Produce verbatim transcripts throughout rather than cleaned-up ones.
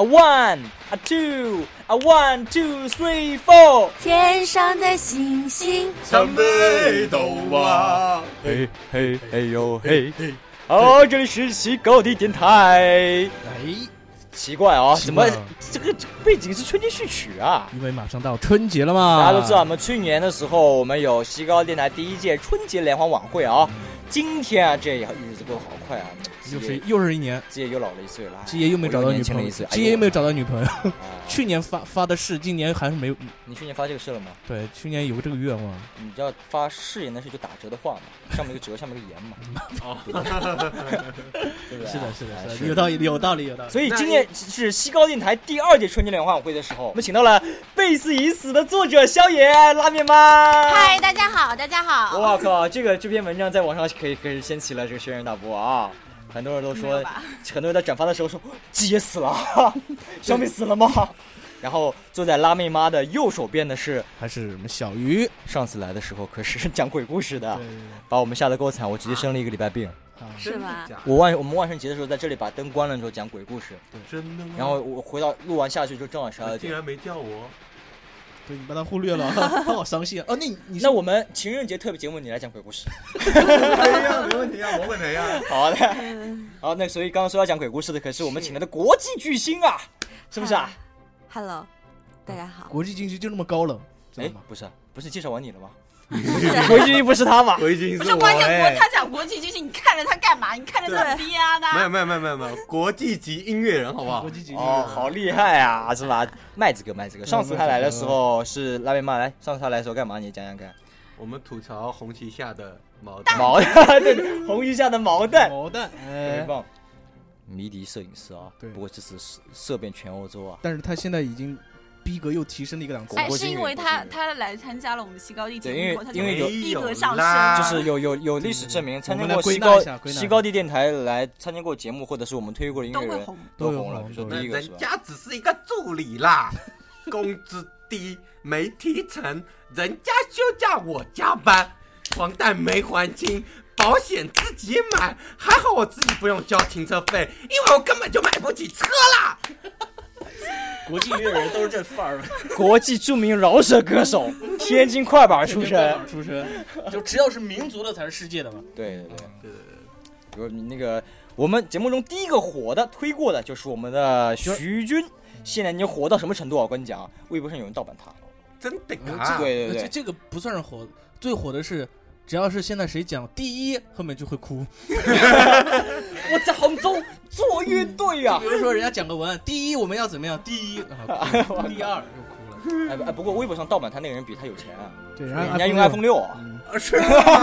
A one, a two, a one, two, three, four。 天上的星星参北斗啊， 嘿嘿嘿呦嘿嘿。好，这里是西高地电台。 哎， 奇怪啊、哦，怎么这个背景是春节序曲啊？ 因为马上到春节了嘛。 大家都知道，我们去年的时候，我们有西高电台第一届春节联欢晚会啊。嗯、今天啊，这日子过得好快啊！ 又是又是一年， 基爷又老了一岁了， 基爷又没找到女朋友，基爷又没有找到女朋友。 啊、 去年发发的誓，今年还是没有。 你去年发这个誓了吗？ 对，去年有个这个愿望。 你知道发誓言的是就打折的话嘛，上面一个折，下面一个言嘛。 哦， 对不对？ 是的，是的，是的，有道理，有道理，有道理。 所以今年是西高电台第二届春节联欢晚会的时候，我们请到了《贝斯已死》的作者萧野拉面妈。 嗨，大家好，大家好。 我靠，这个这篇文章在网上可以可以掀起了这个轩然大波啊！很多人都说，很多人在转发的时候说鸡也死了，小米死了吗？然后坐在拉妹妈的右手边的是还是我们小鱼， 上次来的时候可是讲鬼故事的，把我们吓得够惨，我直接生了一个礼拜病。 是吧？ 我万我们万圣节的时候在这里把灯关了之后讲鬼故事， 真的吗？ 然后我回到录完下去就正好十二点， 竟然没叫我。 对，你把他忽略了，他好伤心哦。那你你那我们情人节特别节目你来讲鬼故事， 可以啊，没问题啊，我问谁啊？ 好的，好，那所以刚刚说要讲鬼故事的可是我们请来的国际巨星啊，是不是啊 ？Hello， 大家好。 国际巨星就这么高冷？ 哎，不是，不是介绍完你了吗？国际巨星不是他吗？ 国际巨星不是关键国，他讲国际巨星，你看着他干嘛？你看着他逼啊的。 没有没有没有没有没有，国际级音乐人好不好？ 国际级哦，好厉害啊，是吧？麦子哥，麦子哥，上次他来的时候是拉面妈来，上次他来的时候干嘛？你讲讲看。 我们吐槽红旗下的毛蛋， 毛蛋，对，红旗下的毛蛋， 毛蛋， 特别棒。迷笛摄影师啊， 对， 不过这次射遍全欧洲啊。 但是他现在已经。逼格又提升了一个档次。 哎，是因为他他来参加了我们西高地节目， 因为有逼格上升， 就是有有有历史证明，参加过西高西高地电台来参加过节目，或者是我们推过的音乐人都红了。说第一个人家只是一个助理啦，工资低，没提成，人家休假我加班，房贷没还清。保险自己买，还好我自己不用交停车费，因为我根本就买不起车啦。 国际音乐人都是这范儿， 国际著名饶舌歌手，天津快板出身， 出身，就只要是民族的才是世界的嘛。 对对对对对对。比如那个我们节目中第一个火的推过的就是我们的徐军，现在你火到什么程度啊？我跟你讲，微博上有人盗版他， 真的啊！ 对对对， 这这个不算是火，最火的是。只要是现在谁讲第一，后面就会哭。 我在杭州做乐队啊！ 比如说人家讲个文，第一我们要怎么样？第一，啊、第二又哭了。哎哎，不过微博上盗版他那个人比他有钱啊， 对， 人家用 iPhone 六啊， 嗯、是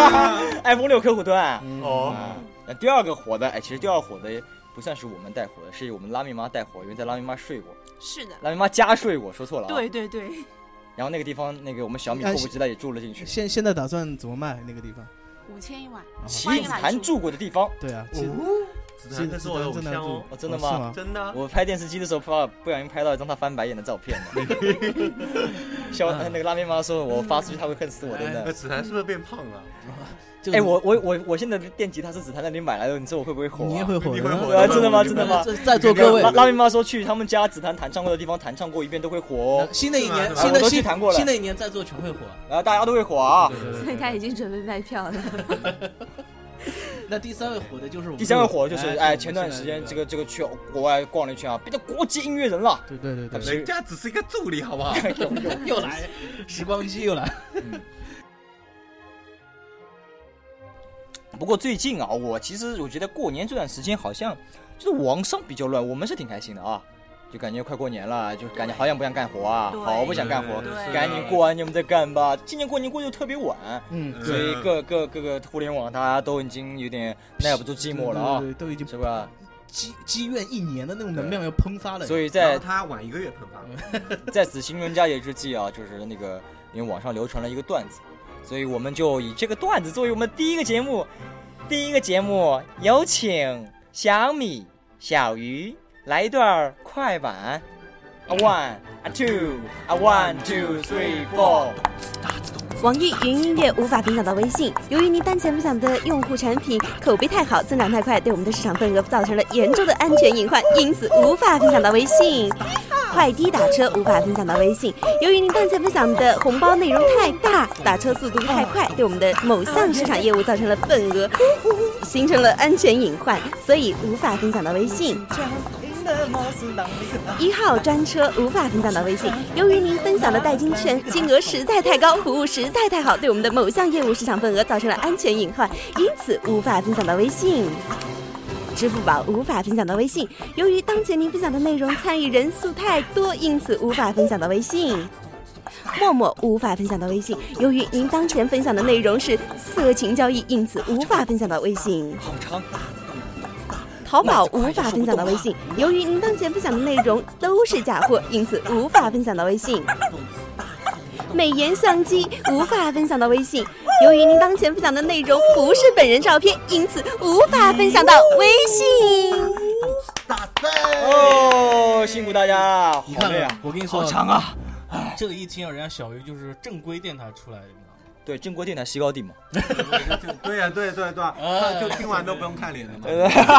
iPhone 六客户端。 嗯、 哦、 啊。第二个火的，哎，其实第二火的不算是我们带火的，是我们拉面妈带火，因为在拉面妈睡过。 是的， 拉面妈家睡过，说错了、啊。 对对对。 然后那个地方，那个我们小米迫不及待也住了进去。 现现在打算怎么卖那个地方？ 五千一晚。 棋子坛住过的地方。 对啊， 子坛那是我的偶像哦。 哦，真的吗？ 真的。 我拍电视机的时候，不不小心拍到一张他翻白眼的照片嘛。小那个拉面妈说，我发出去他会恨死我的呢。 那子坛是不是变胖了？ 哎，我我我我现在的电吉他是子坛那里买来的，你知道我会不会火、啊？ 你也会火， 你会火、 啊？真的吗？真的吗？ 在座各位， 拉面妈说去他们家子坛弹唱过的地方弹唱过一遍都会火哦。 新的一年， 新的新弹过了， 新的一年在座全会火， 然后大家都会火啊。 所以他已经准备卖票了。 那第三位火的就是我们第三位火的就是哎，前段时间这个这个去国外逛了一圈啊，变成国际音乐人了。 对对对对， 人家只是一个助理，好不好？ 又又又来，时光机又来。 嗯不过最近啊，我其实我觉得过年这段时间好像就是网上比较乱，我们是挺开心的啊，就感觉快过年了，就感觉好想不想干活啊，好不想干活，赶紧过完年我们再干吧。今年过年过得特别晚， 嗯， 所以各各各个互联网大家都已经有点耐不住寂寞了啊， 对对对，都已经是吧？ 积积怨一年的那种能量要喷发了， 所以在他晚一个月喷发。 在此新春佳节之际啊，就是那个因为网上流传了一个段子。所以我们就以这个段子作为我们第一个节目，第一个节目有请小米、小鱼来一段快板 ，a one, a two, a one, two, three, four。 网易云音乐无法分享到微信，由于您当前分享的用户产品口碑太好，增长太快，对我们的市场份额造成了严重的安全隐患，因此无法分享到微信。快滴打车无法分享到微信，由于您当前分享的红包内容太大，打车速度太快，对我们的某项市场业务造成了份额，形成了安全隐患，所以无法分享到微信。一号专车无法分享到微信，由于您分享的代金券金额实在太高，服务实在太好，对我们的某项业务市场份额造成了安全隐患，因此无法分享到微信。支付宝无法分享到微信，由于当前您分享的内容参与人数太多，因此无法分享到微信。陌陌无法分享到微信，由于您当前分享的内容是色情交易，因此无法分享到微信。 好长。 淘宝无法分享到微信，由于您当前分享的内容都是假货，因此无法分享到微信。美颜相机无法分享到微信，由于您当前分享的内容不是本人照片，因此无法分享到微信。 哦，辛苦大家，好累啊！ 我跟你说， 好长啊！ 这个一听啊，人家小鱼就是正规电台出来的。 对，正规电台西高地嘛。 对呀、啊，对对对、啊，就听完都不用看脸了嘛。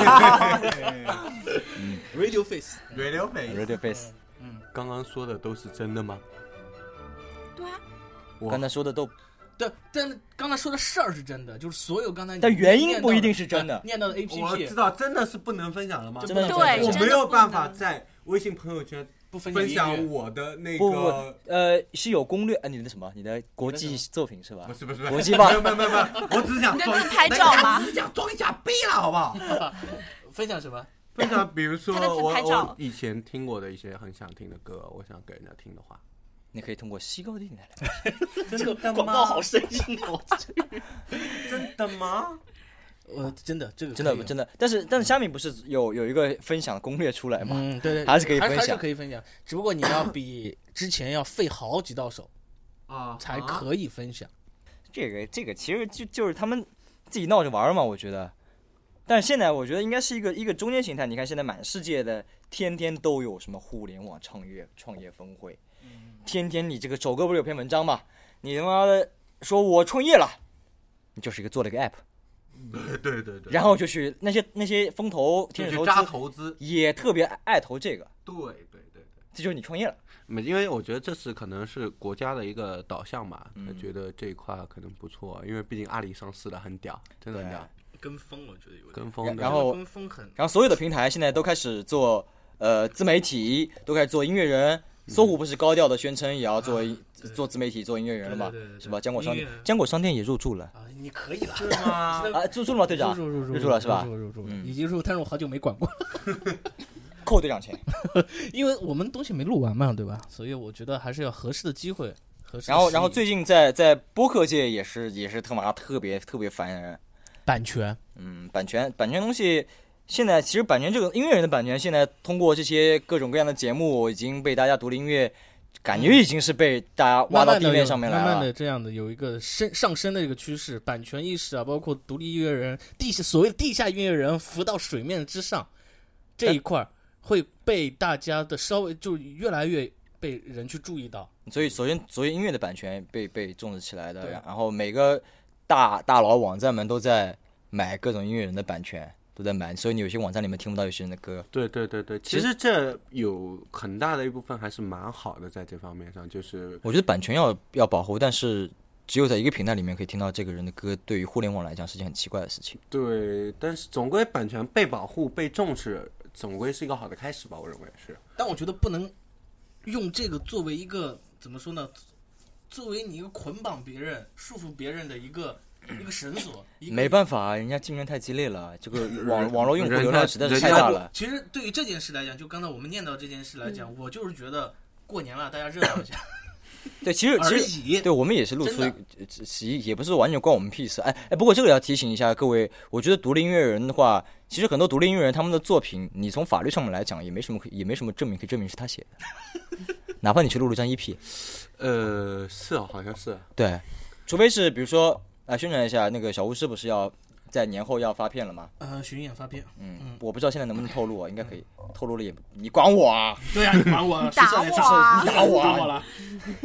Radio Face，Radio Face，Radio Face。 嗯，刚刚说的都是真的吗？ 对啊， 我刚才说的都对，但刚才说的事儿是真的，就是所有刚才但原因不一定是真的。 念到的 A P P， 我知道真的是不能分享了吗？ 真的对， 我没有办法在微信朋友圈。 不分分享我的那个不不呃是有攻略呃你的什么你的国际作品是吧？ 不是不是国际吧？ 没有没有没有，我只是想装拍照吗？ 只是想装一下逼了，好不好？ 分享什么？ 分享比如说我我我以前听过的一些很想听的歌，我想给人家听的话， 你可以通过西高地电台来。 这个广告好深情哦！ 真的吗？ 呃，真的，这个真的真的，但是但是虾米不是有有一个分享攻略出来吗？ 嗯，对对， 还是可以分享， 还是可以分享，只不过你要比之前要费好几道手啊， 才可以分享。 这个这个其实就就是他们自己闹着玩嘛，我觉得。但是现在我觉得应该是一个一个中间形态。你看现在满世界的天天都有什么互联网创业创业峰会，天天你这个首歌不是有篇文章嘛？你他妈的说我创业了，你就是一个做了一个 app。 对对对对， 然后就去那些那些风投、天使投资投资也特别爱投这个。 对对对对， 这就是你创业了。 因为我觉得这是可能是国家的一个导向嘛，他觉得这一块可能不错，因为毕竟阿里上市了，很屌，真的很屌。 跟风我觉得有跟风， 然后跟风很， 然后所有的平台现在都开始做呃自媒体，都开始做音乐人。搜狐不是高调的宣称也要做、啊、做自媒体做音乐人了吗？是吧？浆果商店浆果商店也入驻了啊，你可以了是吗？ 啊，入驻了吗？队长入入入入驻了是吧？ 入入入已经入，但是我好久没管过， 扣队长钱， 因为我们东西没录完嘛，对吧？所以我觉得还是要合适的机会。合适的然后然后最近在在播客界也是也是特麻特别特别烦人， 版权， 嗯，版权版权东西。现在其实版权这个音乐人的版权，现在通过这些各种各样的节目，已经被大家独立音乐，感觉已经是被大家挖到地面上面来了。 慢慢的这样的有一个升上升的这个趋势，版权意识啊，包括独立音乐人、地下所谓地下音乐人浮到水面之上这一块，会被大家的稍微就越来越被人去注意到。 所以首先，所谓音乐的版权被被重视起来的，然后每个大大佬网站们都在买各种音乐人的版权。都在买，所以你有些网站里面听不到有些人的歌。 对对对对，其实这有很大的一部分还是蛮好的，在这方面上，就是我觉得版权要要保护，但是只有在一个平台里面可以听到这个人的歌，对于互联网来讲是件很奇怪的事情。 对，但是总归版权被保护、被重视，总归是一个好的开始吧，我认为是。 但我觉得不能用这个作为一个怎么说呢？作为你一个捆绑别人、束缚别人的一个。一个绳索， 没办法，人家竞争太激烈了，这个网网络用户流量实在是太大了。 其实对于这件事来讲，就刚才我们念到这件事来讲，嗯、我就是觉得过年了，大家热闹一下。 对，其实其实对我们也是露出一，也不是完全关我们屁事。哎哎，不过这个要提醒一下各位，我觉得独立音乐人的话，其实很多独立音乐人他们的作品，你从法律上面来讲，也没什么可也没什么证明可以证明是他写的，哪怕你去录了张 E P。 呃，是啊，好像是。 对，除非是比如说。来宣传一下，那个小巫师不是要在年后要发片了吗？ 呃，巡演发片。 嗯，嗯我不知道现在能不能透露啊，应该可以。透露了也，你管我啊？ 对啊，你管我啊？ 打我啊！ 打我了。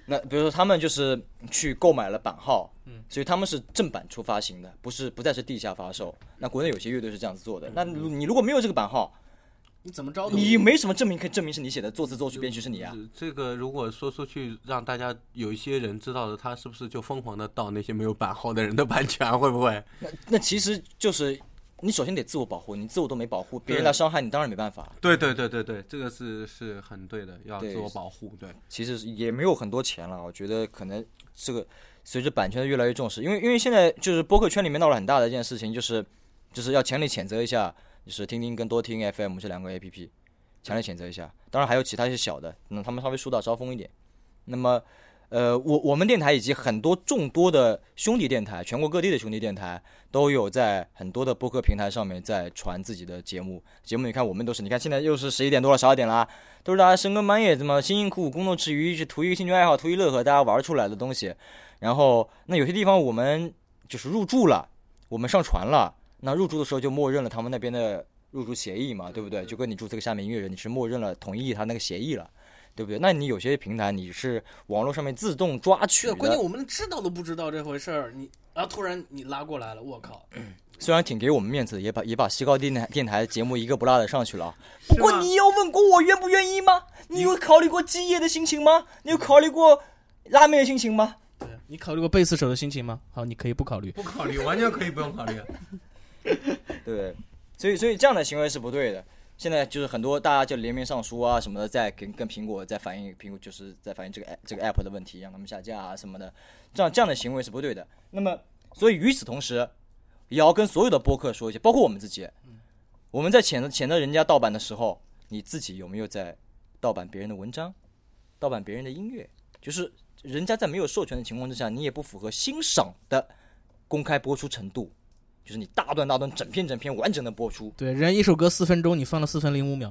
那比如说他们就是去购买了版号， 嗯， 所以他们是正版出发行的，不是不再是地下发售。那国内有些乐队是这样子做的。那你如果没有这个版号， 你怎么着？ 你没什么证明可以证明是你写的，作词作曲编曲是你啊。 这个如果说出去，让大家有一些人知道了，他是不是就疯狂的盗那些没有版号的人的版权？会不会？ 那那其实就是你首先得自我保护，你自我都没保护，别人来伤害你，当然没办法。 对对对对对，这个是是很对的，要自我保护。对， 其实也没有很多钱了，我觉得可能这个随着版权越来越重视，因为因为现在就是播客圈里面闹了很大的一件事情，就是就是要强烈谴责一下，就是听听跟多听 F M 这两个 A P P， 强烈谴责一下。当然还有其他一些小的，那他们稍微树大招风一点。那么。呃，我我们电台以及很多众多的兄弟电台，全国各地的兄弟电台都有在很多的播客平台上面在传自己的节目。节目你看我们都是，你看现在又是十一点多了，十二点啦，都是大家深更半夜这么辛辛苦苦工作之余，去图一个兴趣爱好，图一乐呵，大家玩出来的东西。然后那有些地方我们就是入驻了，我们上传了，那入驻的时候就默认了他们那边的入驻协议嘛，对不对？就跟你注册个下面音乐人，你是默认了同意他那个协议了。对不对？那你有些平台你是网络上面自动抓取的， 关键我们知道都不知道这回事儿，你然后突然你拉过来了，我靠！ 虽然挺给我们面子的，也把也把西高电台电台节目一个不落的上去了。不过你有问过我愿不愿意吗？你有考虑过基业的心情吗？你有考虑过拉面的心情吗？ 对，你考虑过贝斯手的心情吗？好，你可以不考虑， 不考虑，完全可以不用考虑。 对，所以所以这样的行为是不对的。现在就是很多大家就联名上书啊什么的，在跟跟苹果在反映苹果就是在反映这个这个 app 的问题，让他们下架啊什么的，这样这样的行为是不对的。那么，所以与此同时，也要跟所有的播客说一些，包括我们自己，我们在谴责谴责人家盗版的时候，你自己有没有在盗版别人的文章，盗版别人的音乐？就是人家在没有授权的情况之下，你也不符合欣赏的公开播出程度。就是你大段大段整篇整篇完整的播出， 对，人一首歌四分钟，你放了四分零五秒，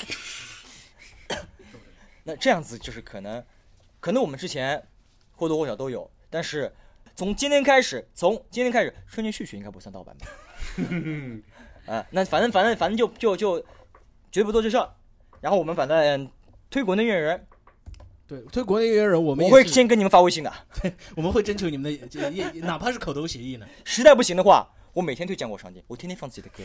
那这样子就是可能，可能我们之前或多或少都有，但是从今天开始，从今天开始，春节序曲应该不算盗版吧？啊、呃，那反正反正反正就就就绝对不做这事儿。然后我们反正推国内音乐人， 对，推国内音乐人，我们我会先跟你们发微信的， 对，我们会征求你们的，哪怕是口头协议呢。 实在不行的话。我每天推浆果商店，我天天放自己的歌。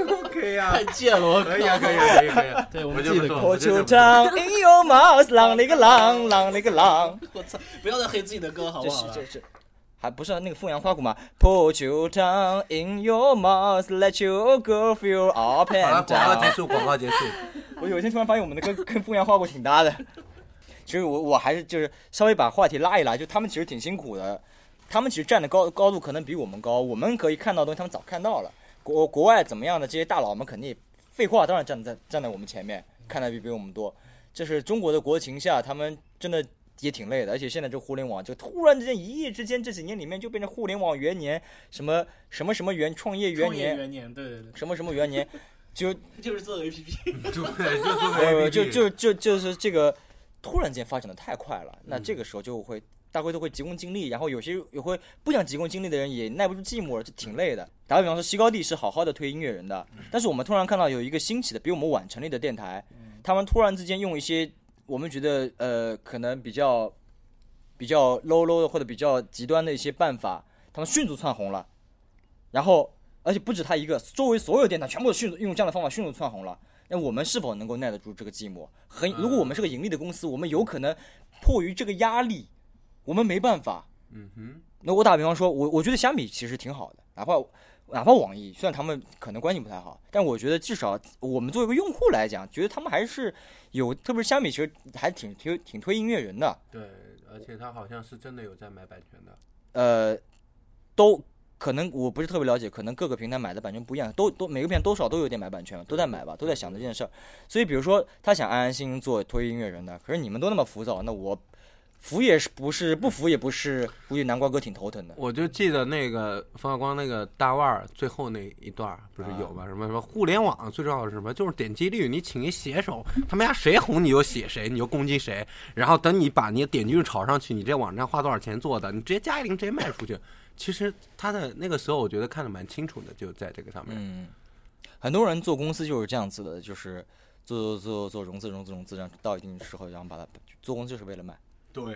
OK 啊， 太贱了， 可以啊，可以啊，可以可以啊。 对，我们自己的歌。 我就唱 In Your Mouth， 浪那个浪，浪那个浪。 我操！不要再黑自己的歌，好不好？ 这是这是，还不是那个凤阳花鼓吗 ？Put your tongue in your mouth, let your girl feel up and down。 好了，广告结束，广告结束。 我有一天突然发现我们的歌跟凤阳花鼓挺搭的。其实我我还是就是稍微把话题拉一拉，就他们其实挺辛苦的。他们其实站的高高度可能比我们高，我们可以看到的东西他们早看到了。国国外怎么样的这些大佬们肯定也废话，当然站在站在我们前面，看的比比我们多。这是中国的国情下，他们真的也挺累的。而且现在这互联网就突然之间一夜之间，这几年里面就变成互联网元年，什么什么什么元创业元年， 元年对对对， 什么什么元年，就就是做 A P P， 对，就做 A P P， 就就就就是这个突然间发展的太快了，那这个时候就会。大家都会急功近利，然后有些也会不想急功近利的人也耐不住寂寞了，就挺累的。打个比方说，西高地是好好的推音乐人的，但是我们突然看到有一个兴起的比我们晚成立的电台，他们突然之间用一些我们觉得呃可能比较比较 low low 的或者比较极端的一些办法，他们迅速窜红了。然后而且不止他一个，周围所有电台全部都迅速用这样的方法迅速窜红了。那我们是否能够耐得住这个寂寞？很，如果我们是个盈利的公司，我们有可能迫于这个压力。我们没办法， 嗯哼。 那我打比方说，我我觉得虾米其实挺好的，哪怕哪怕网易，虽然他们可能关系不太好，但我觉得至少我们作为一个用户来讲，觉得他们还是有，特别是虾米其实还挺推挺推音乐人的。 对，而且他好像是真的有在买版权的。 呃，都可能我不是特别了解，可能各个平台买的版权不一样，都都每个平台多少都有点买版权，都在买吧，都在想这件事儿。所以比如说他想安安心心做推音乐人的，可是你们都那么浮躁，那我。服也是不是，不服也不是，估计南瓜哥挺头疼的。 我就记得那个冯小刚那个大腕儿最后那一段不是有吗？啊、什么什么互联网最重要的是什么？就是点击率。你请一写手，他们家谁红你就写谁，你就攻击谁。然后等你把你的点击率炒上去，你这网站花多少钱做的，你直接加一零直接卖出去。其实他的那个时候我觉得看得蛮清楚的，就在这个上面。 嗯，很多人做公司就是这样子的，就是做做做做融资融资融资，然后到一定时候，然后把它做公司就是为了卖。 对，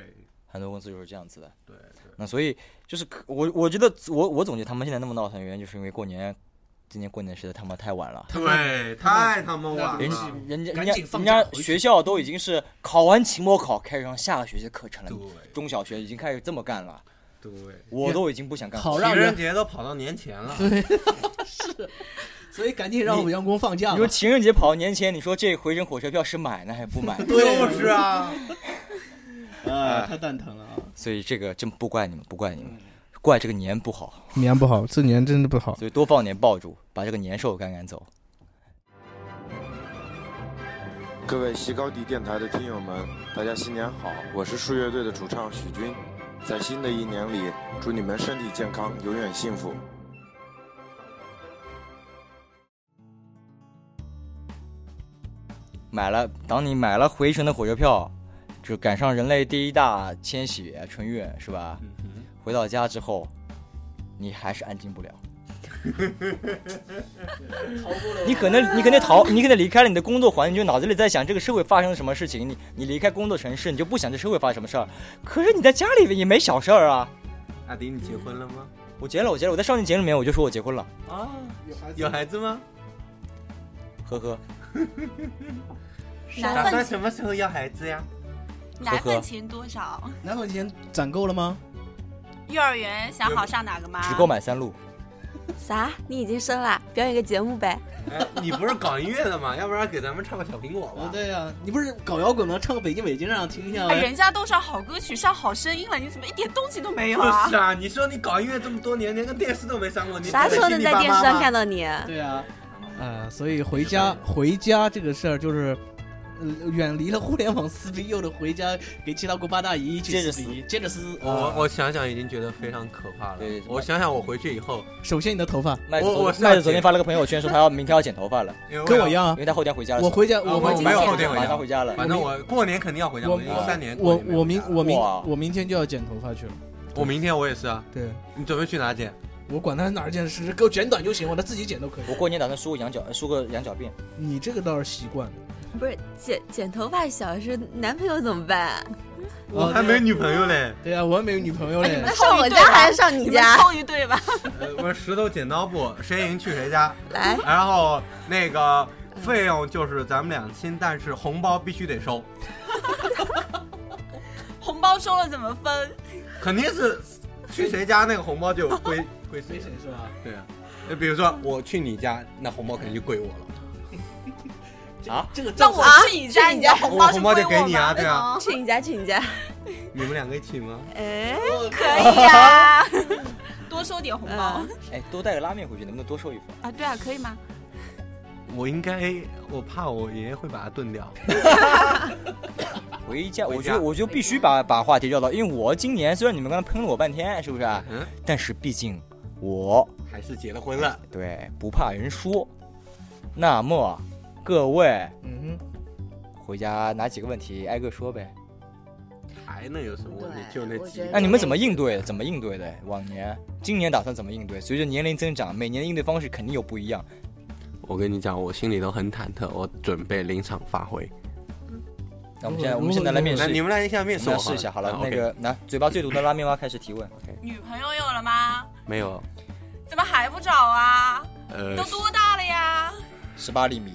很多公司就是这样子的。 对对。 那所以就是我我觉得我我总结他们现在那么闹腾，原因就是因为过年，今年过年实在他妈太晚了。 对，太他妈晚了。 人家人家赶人家人家学校都已经是考完期末考开始上下个学期的课程了，中小学已经开始这么干了。 对， 我都已经不想干了。 好，情人节都跑到年前了。 对，是。所以赶紧让我们员工放假。 你说情人节跑到年前，你说这回程火车票是买呢还是不买？ 就是啊， 啊，太蛋疼了啊！ 所以这个真不怪你们，不怪你们，怪这个年不好。 年不好，这年真的不好。 所以多放点爆竹，把这个年兽赶赶走。 各位西高地电台的听友们，大家新年好！我是树乐队的主唱许军，在新的一年里，祝你们身体健康，永远幸福。 买了，当你买了回程的火车票，就赶上人类第一大迁徙春运，是吧？嗯、回到家之后，你还是安静不了。你可能，你可能逃，你可能离开了你的工作环境，就脑子里在想这个社会发生了什么事情。你，你离开工作城市，你就不想这社会发生什么事儿。可是你在家里也没小事儿啊。 阿迪，你结婚了吗？ 我结了，我结了。我在上期节目里面我就说我结婚了。 啊，有孩子？有孩子吗？ 呵呵。 打算什么时候要孩子呀？ 奶粉钱多少？ 奶粉钱攒够了吗？ 幼儿园想好上哪个吗？ 只购买三路。 啥？你已经生了？表演个节目呗？ 哎，你不是搞音乐的吗？要不然给咱们唱个小苹果吧？ 哦、对呀、啊，你不是搞摇滚吗？唱个北京北京让人听一下、 哎。人家都上好歌曲，上好声音了，你怎么一点动静都没有啊？ 不是啊，你说你搞音乐这么多年，连个电视都没上过，你啥时候能在电视上看到你？ 对啊。呃，所以回家回家这个事儿就是，呃，远离了互联网撕逼，又的回家给其他国八大姨去撕逼，接着撕。 我、呃、我想想已经觉得非常可怕了。对，我想想我回去以后， 首先你的头发， 麦子我麦子昨天发了个朋友圈说他要明天要剪头发了， 跟我一样啊， 因为他后天回家了。 我回家，我我没有后天回家， 马上回家了。 反正我过年肯定要回家，我一三年我我明我明我明天就要剪头发去了。 我明天我也是啊。 对， 你准备去哪剪？ 我管他哪儿剪，是给我剪短就行，我他自己剪都可以。 我过年打算梳个羊角，梳个羊角辫。 你这个倒是习惯了。 不是剪剪头发小事，男朋友怎么办？ 我还没女朋友嘞。 对啊，我还没有女朋友嘞。 你们上我家还是上你家？ 凑一对吧。 呃，我石头剪刀布，谁赢去谁家。 来。 然后那个费用就是咱们两清，但是红包必须得收。 红包收了怎么分？ 肯定是。去谁家那个红包就归归谁谁是吧？ 对啊，就比如说我去你家，那红包肯定就归我了。啊， 这个那我去你家，你家红包红包就给你啊，对啊。 去你家，去你家。 你们两个一起吗？ 哎，可以呀，多收点红包。 哎，多带个拉面回去，能不能多收一份啊？对啊，可以吗？ 我应该，我怕我爷爷会把它炖掉。 回家，我觉得我就必须把把话题绕到，因为我今年虽然你们刚才喷了我半天，是不是啊？嗯。但是毕竟我还是结了婚了， 对，不怕人说。那么各位， 嗯哼， 回家哪几个问题挨个说呗？ 还能有什么问题？就那几个。 那你们怎么应对的？怎么应对的？往年、今年打算怎么应对？随着年龄增长，每年的应对方式肯定有不一样。 我跟你讲，我心里都很忐忑，我准备临场发挥。 那我们现在，我们现在来面试， 你们来一下面试， 我试一下好了。那个，拿嘴巴最毒的拉面蛙开始提问。 女朋友有了吗？ 没有。 怎么还不找啊？ 呃， 都多大了呀？ 十八厘米。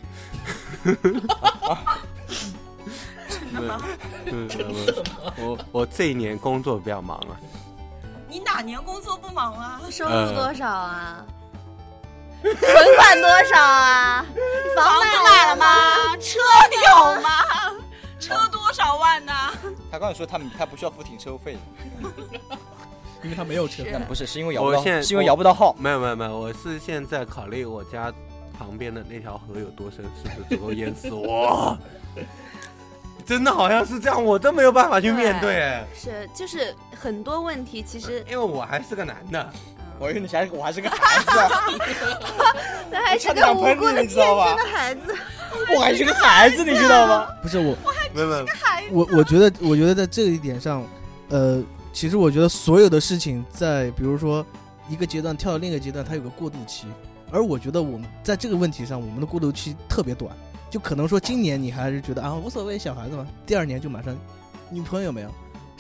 真的吗？ 真的吗？ 我我这一年工作比较忙啊。 你哪年工作不忙啊？ 收入多少啊？存款多少啊？ 房子买了吗？车有吗？车多少万呢？ 他刚才说他他不需要付停车费， 因为他没有车。 那不是，是因为摇不到，是因为我摇不到号。 没有没有没有，我是现在考虑我家旁边的那条河有多深，是不是足够淹死我？真的好像是这样，我真没有办法去面对。哎， 是，就是很多问题其实， 因为我还是个男的。 我以为你还我还是个孩子、啊， 那还是个无辜的天真的孩子， 我还是个孩子，你知道吗？ 不是我， 我还只是个孩子。 我我觉得，我觉得在这一点上，呃，其实我觉得所有的事情在，比如说一个阶段跳到另一个阶段，它有个过渡期，而我觉得我们在这个问题上，我们的过渡期特别短，就可能说今年你还是觉得啊无所谓，小孩子嘛，第二年就马上女朋友有没有？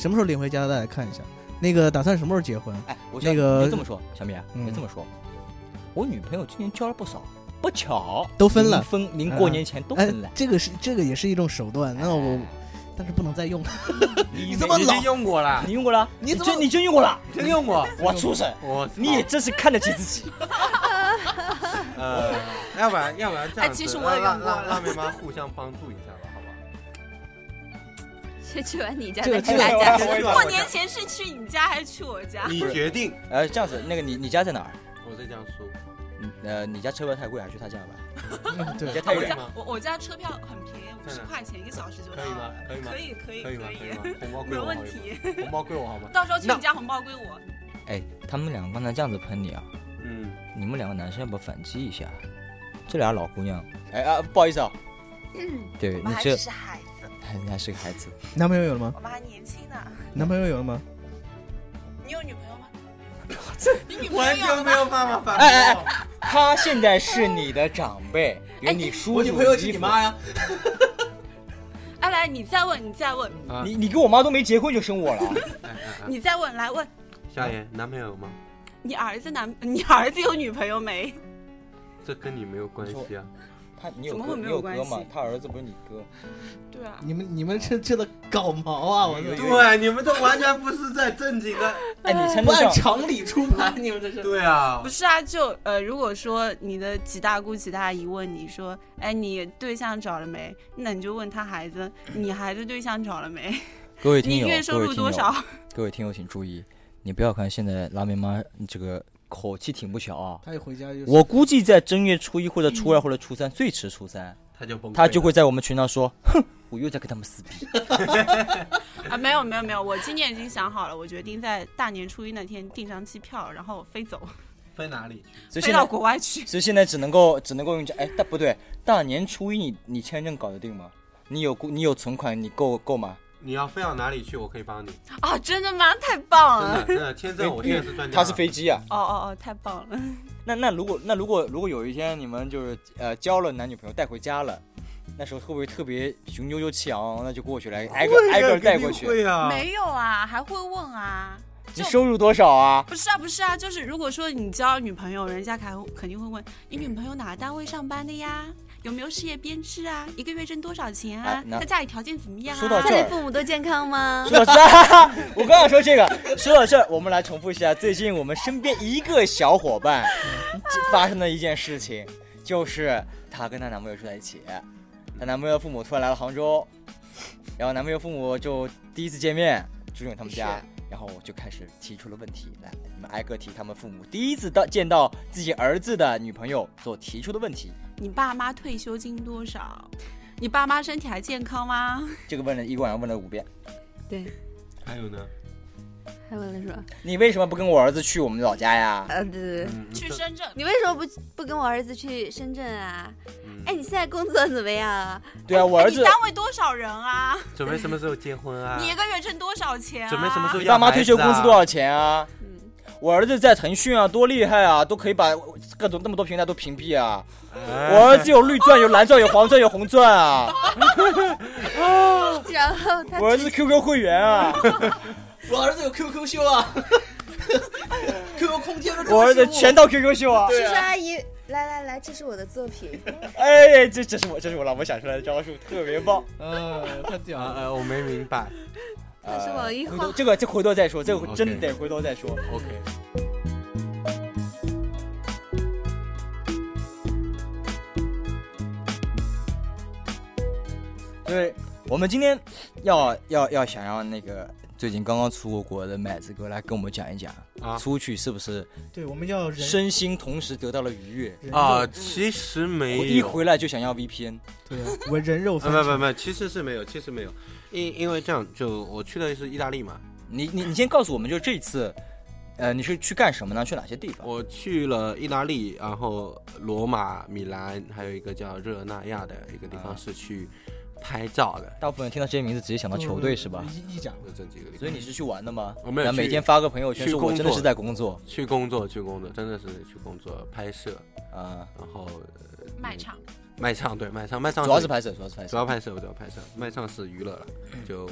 什么时候领回加拿大来看一下？那个打算什么时候结婚？ 哎，我那个你这么说，小米， 嗯、 你这么说，我女朋友今年交了不少，不巧都分了， 分临过年前都分了。 哎、这个是这个也是一种手段，那我。哎但是不能再用了。 你怎么老用过了？ 你用过了？ 你真你真用过了？ 真用过？ 我畜生！ 我你也真是看得起自己。 呃，要不然要不然这样子， 哎，其实我也用过了。 辣妹妈互相帮助一下吧，好不好？ 先去完你家再去他家。 过年前是去你家还是去我家？ 你决定。 呃，这样子，那个你你家在哪儿？ 我在江苏。 呃，你家车票太贵，还是去他家吧？ 对， 你家太远吗？我我家车票很便宜，五十块钱一个小时就到了。 可以吗？ 可以可以可以可以吗？红包归我，没问题。 红包归我好吗？ 到时候去你家，红包归我。 哎，他们两个刚才这样子喷你啊， 嗯， 你们两个男生要不要反击一下？这俩老姑娘，哎啊，不好意思啊。 嗯， 对， 你这是孩子， 你还是个孩子。 男朋友有了吗？ 我们还年轻呢。 男朋友有了吗？ 你有女朋友吗？ 你女朋友完全没有办法反驳。 哎哎哎，他现在是你的长辈，有你叔叔。 我女朋友是你妈呀。 哎，来，你再问，你再问。 啊、你你跟我妈都没结婚就生我了。 你再问，来问。 夏言，男朋友有吗？ 你儿子男，你儿子有女朋友没？ 这跟你没有关系啊。 他你有哥，你有哥吗？他儿子不是你哥。 对啊。 你们你们这这的搞毛啊！我对，你们这完全不是在正经的。 哎，你不按常理出牌，你们这是。 对啊。 不是啊，就呃，如果说你的几大姑几大姨问你说，哎，你对象找了没？那你就问他孩子，你孩子对象找了没？ 各位听友， 你月收入多少？ 各位听友请注意，你不要看现在拉面妈这个。口气挺不小啊！ 他一回家就， 我估计在正月初一或者初二或者初三，最迟初三， 他就崩溃， 他就会在我们群上说：“哼，我又在跟他们撕逼。” 啊，没有没有没有，我今年已经想好了，我决定在大年初一那天订张机票，然后飞走。 飞哪里去？ 飞到国外去。 所以现在只能够只能够用这哎，但不对，大年初一你你签证搞得定吗？你有你有存款，你够够吗？ 你要飞到哪里去？我可以帮你啊！真的吗？太棒了！ 真的真的，签证我现在是专家。 他是飞机啊！ 哦哦哦，太棒了！ 那那如果那如果如果有一天你们就是呃交了男女朋友带回家了，那时候会不会特别雄赳赳气昂？那就过去来挨个挨个带过去。 会啊！ 没有啊，还会问啊。 你收入多少啊？ 不是啊不是啊，就是如果说你交女朋友，人家肯肯定会问你女朋友哪个单位上班的呀？有没有事业编制啊？一个月挣多少钱啊？他家里条件怎么样啊？ 说到这儿， 家里父母都健康吗？ 说到这儿，我刚想说这个。说到这儿，我们来重复一下最近我们身边一个小伙伴发生的一件事情，就是她跟她男朋友住在一起，她男朋友父母突然来了杭州，然后男朋友父母就第一次见面住进他们家，然后就开始提出了问题来，你们挨个提他们父母第一次到见到自己儿子的女朋友所提出的问题。 你爸妈退休金多少？你爸妈身体还健康吗？ 这个问了一个晚上，问了五遍。 对。 还有呢？ 还问了说， 你为什么不跟我儿子去我们老家呀？ 呃，对对对， 去深圳。 你为什么不不跟我儿子去深圳啊？嗯、哎，你现在工作怎么样啊？ 对啊，我儿子。 你单位多少人啊？ 准备什么时候结婚啊？ 你一个月挣多少钱啊？ 准备什么时候、啊？ 你爸妈退休工资多少钱啊？嗯。我儿子在腾讯啊，多厉害啊，都可以把各种那么多平台都屏蔽啊。哎、我儿子有绿钻，有蓝钻，有黄钻，有红钻啊。 然后他， 我儿子 Q Q 会员啊。 我儿子有 Q Q 秀啊。Q Q 空间我儿子全套 Q Q 秀啊。 叔叔阿姨，来来来，这是我的作品。 哎，这这是我这是我老婆想出来的招数，特别棒。 嗯，太屌了。 呃，我没明白。 这是我一画， 这个这回头再说，这个真得回头再说。 OK。 对，我们今天要要要想要那个最近刚刚出过国的麦子哥来跟我们讲一讲啊，出去是不是？ 对，我们要身心同时得到了愉悦啊。其实没有， 一回来就想要 V P N。 对，我人肉分。 不不不，其实是没有，其实没有。因因为这样，就我去的是意大利嘛。 你你你先告诉我们，就这一次，呃，你是去干什么呢？去哪些地方？ 我去了意大利，然后罗马、米兰，还有一个叫热那亚的一个地方是去拍照的。 大部分人听到这些名字直接想到球队是吧？ 意甲就这几个地方。 所以你是去玩的吗？ 我没有， 每天发个朋友圈说我真的是在工作。 去工作，去工作，真的是去工作拍摄啊，然后、 呃、卖唱。 卖唱对卖唱卖唱主要是拍摄，主要是拍摄， 主要拍摄，主要拍摄，卖唱是娱乐了，就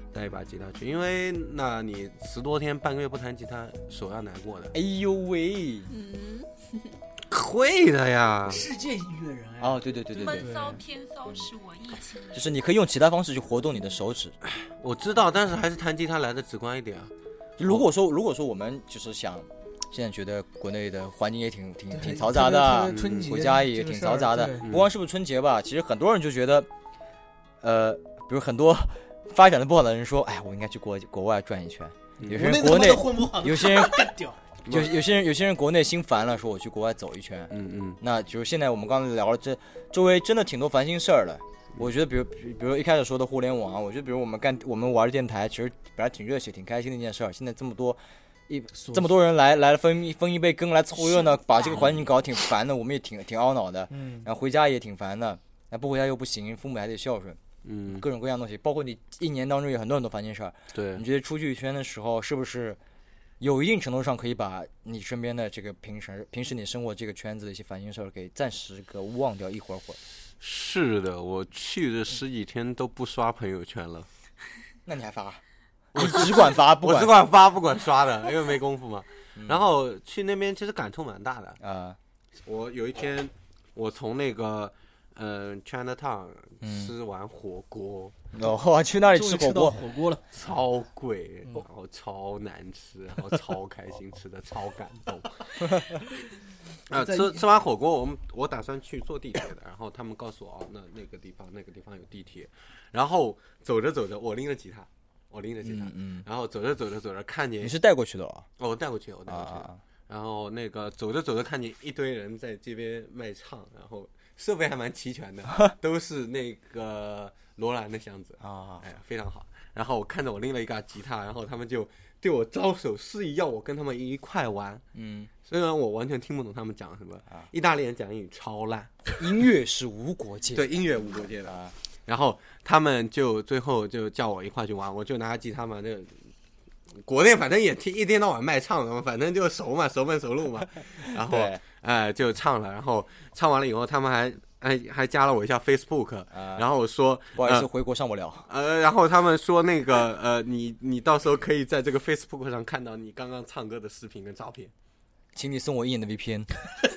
带一把吉他去，因为那你十多天半个月不弹吉他，手要难过的。 哎呦喂， 嗯， 会的呀， 世界音乐人哎。 哦，对对对对对， 闷骚偏骚是我一情。 就是你可以用其他方式去活动你的手指。 我知道，但是还是弹吉他来的直观一点啊。 如果说如果说我们就是想。现在觉得国内的环境也挺挺挺嘈杂的，国家也挺嘈杂的，不光是不是春节吧，其实很多人就觉得，呃，比如很多发展的不好的人说，哎，我应该去国国外转一圈。有些人国内，有些人就有些人有些人国内心烦了，说我去国外走一圈。嗯嗯。那就是现在我们刚才聊了，这周围真的挺多烦心事儿的。我觉得，比如比如一开始说的互联网，我觉得比如我们干我们玩电台，其实本来挺热血、挺开心的一件事儿。现在这么多。一这么多人来来分一分一杯羹来凑热闹，把这个环境搞挺烦的，我们也挺挺懊恼的。嗯，然后回家也挺烦的，那不回家又不行，父母还得孝顺。嗯，各种各样的东西，包括你一年当中有很多很多烦心事儿。对，你觉得出去一圈的时候，是不是有一定程度上可以把你身边的这个平时平时你生活这个圈子的一些烦心事儿给暂时给忘掉一会儿会儿？ 是的，我去这十几天都不刷朋友圈了。 那你还发？我只管发，不管我只管发不管刷的，因为没功夫嘛。嗯、然后去那边其实感触蛮大的啊、呃。我有一天，我从那个嗯、呃、Chinatown 吃完火锅， 嗯、哦，去那里吃火锅， 火锅了， 超贵，然后超难吃，然后超开心，吃的超感动。啊，吃吃完火锅，我们我打算去坐地铁的，然后他们告诉我，哦，那那个地方那个地方有地铁，然后走着走着，我拎着吉他。我拎着吉他、嗯嗯，然后走着走着走着看见你是带过去的啊？ 哦，我带过去，我带过去、啊。然后那个走着走着看见一堆人在这边卖唱，然后设备还蛮齐全的，都是那个罗兰的箱子啊，哎呀非常好。然后我看着我拎了一把吉他，然后他们就对我招手示意要我跟他们一块玩。嗯，虽然我完全听不懂他们讲什么，啊、意大利人讲英语超烂。 音乐是无国界， 对，音乐无国界的。啊然后他们就最后就叫我一块去玩，我就拿吉他嘛，那国内反正也一天到晚卖唱的嘛，反正就熟嘛，熟门熟路嘛。然后哎、呃、就唱了，然后唱完了以后，他们还还还加了我一下 Facebook，、呃、然后我说不好意思、呃、回国上不了。 呃，然后他们说那个呃你你到时候可以在这个 Facebook 上看到你刚刚唱歌的视频跟照片， 请你送我一年的 V P N。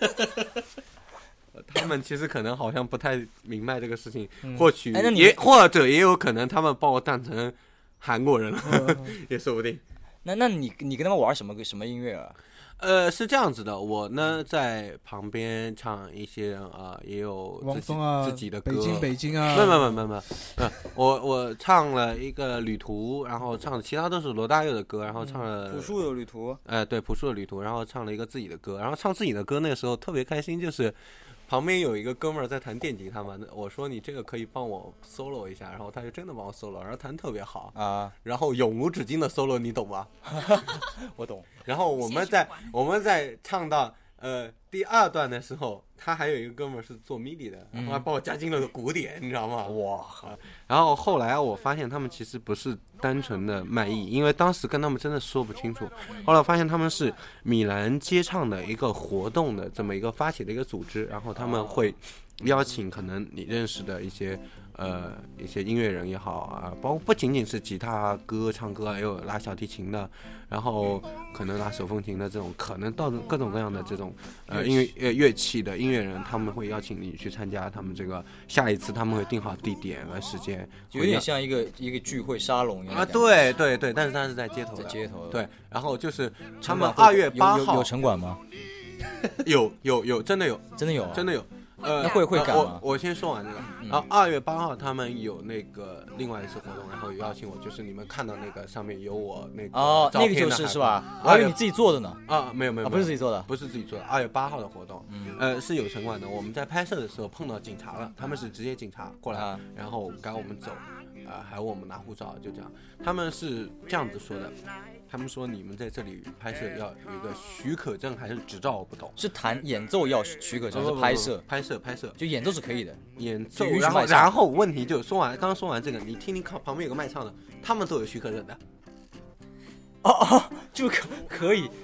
他们其实可能好像不太明白这个事情，嗯、或许也、哎、或者也有可能他们把我当成韩国人了，嗯、也说不定。 那那你你跟他们玩什么什么音乐啊？ 呃，是这样子的，我呢在旁边唱一些啊、呃，也有自己、啊、自己的歌， 北京北京啊， 没没没没没，嗯，我我唱了一个旅途，然后唱的其他都是罗大佑的歌，然后唱了朴树的旅途， 呃，对，朴树的旅途，然后唱了一个自己的歌，然后唱自己的歌那个时候特别开心，就是旁边有一个哥们儿在弹电吉他嘛，我说你这个可以帮我 solo 一下，然后他就真的帮我 solo， 然后弹特别好啊，然后永无止境的 solo， 你懂吗？ 我懂。 然后我们在我们在唱到呃第二段的时候，他还有一个哥们儿是做 M I D I 的，然后还帮我加进了个鼓点，你知道吗？哇！然后后来我发现他们其实不是单纯的卖艺，因为当时跟他们真的说不清楚。后来发现他们是米兰街唱的一个活动的这么一个发起的一个组织，然后他们会邀请可能你认识的一些呃一些音乐人也好啊，包括不仅仅是吉他歌唱歌，还有拉小提琴的，然后可能拉手风琴的这种，可能到各种各样的这种呃音乐乐乐器的音乐人，他们会邀请你去参加他们这个下一次他们会定好地点和时间， 有点像一个一个聚会沙龙一样啊，对对对，但是它是在街头的， 在街头的对，然后就是他们二月八号有 有, 有城管吗？ 有有有，真的有， 真的有、啊， 真的有。呃， 那会会赶吗？ 我我先说完这个，嗯、然后二月八号他们有那个另外一次活动，然后有邀请我，就是你们看到那个上面有我那个哦，那个就是是吧？我还以为你自己做的呢。 啊，没有没有， 啊、不是自己做的， 不是自己做的。二月八号的活动，嗯、呃，是有城管的。我们在拍摄的时候碰到警察了，他们是直接警察过来，啊、然后赶我们走，啊、呃，还有我们拿护照，就这样。他们是这样子说的。他们说你们在这里拍摄要有一个许可证还是执照，我不懂。 是弹演奏要许可证，是拍摄拍摄拍摄， 就演奏是可以的， 演奏。然后然后问题就说完，刚刚说完这个，你听听看，旁边有个卖唱的，他们都有许可证的。 哦哦，就可可以。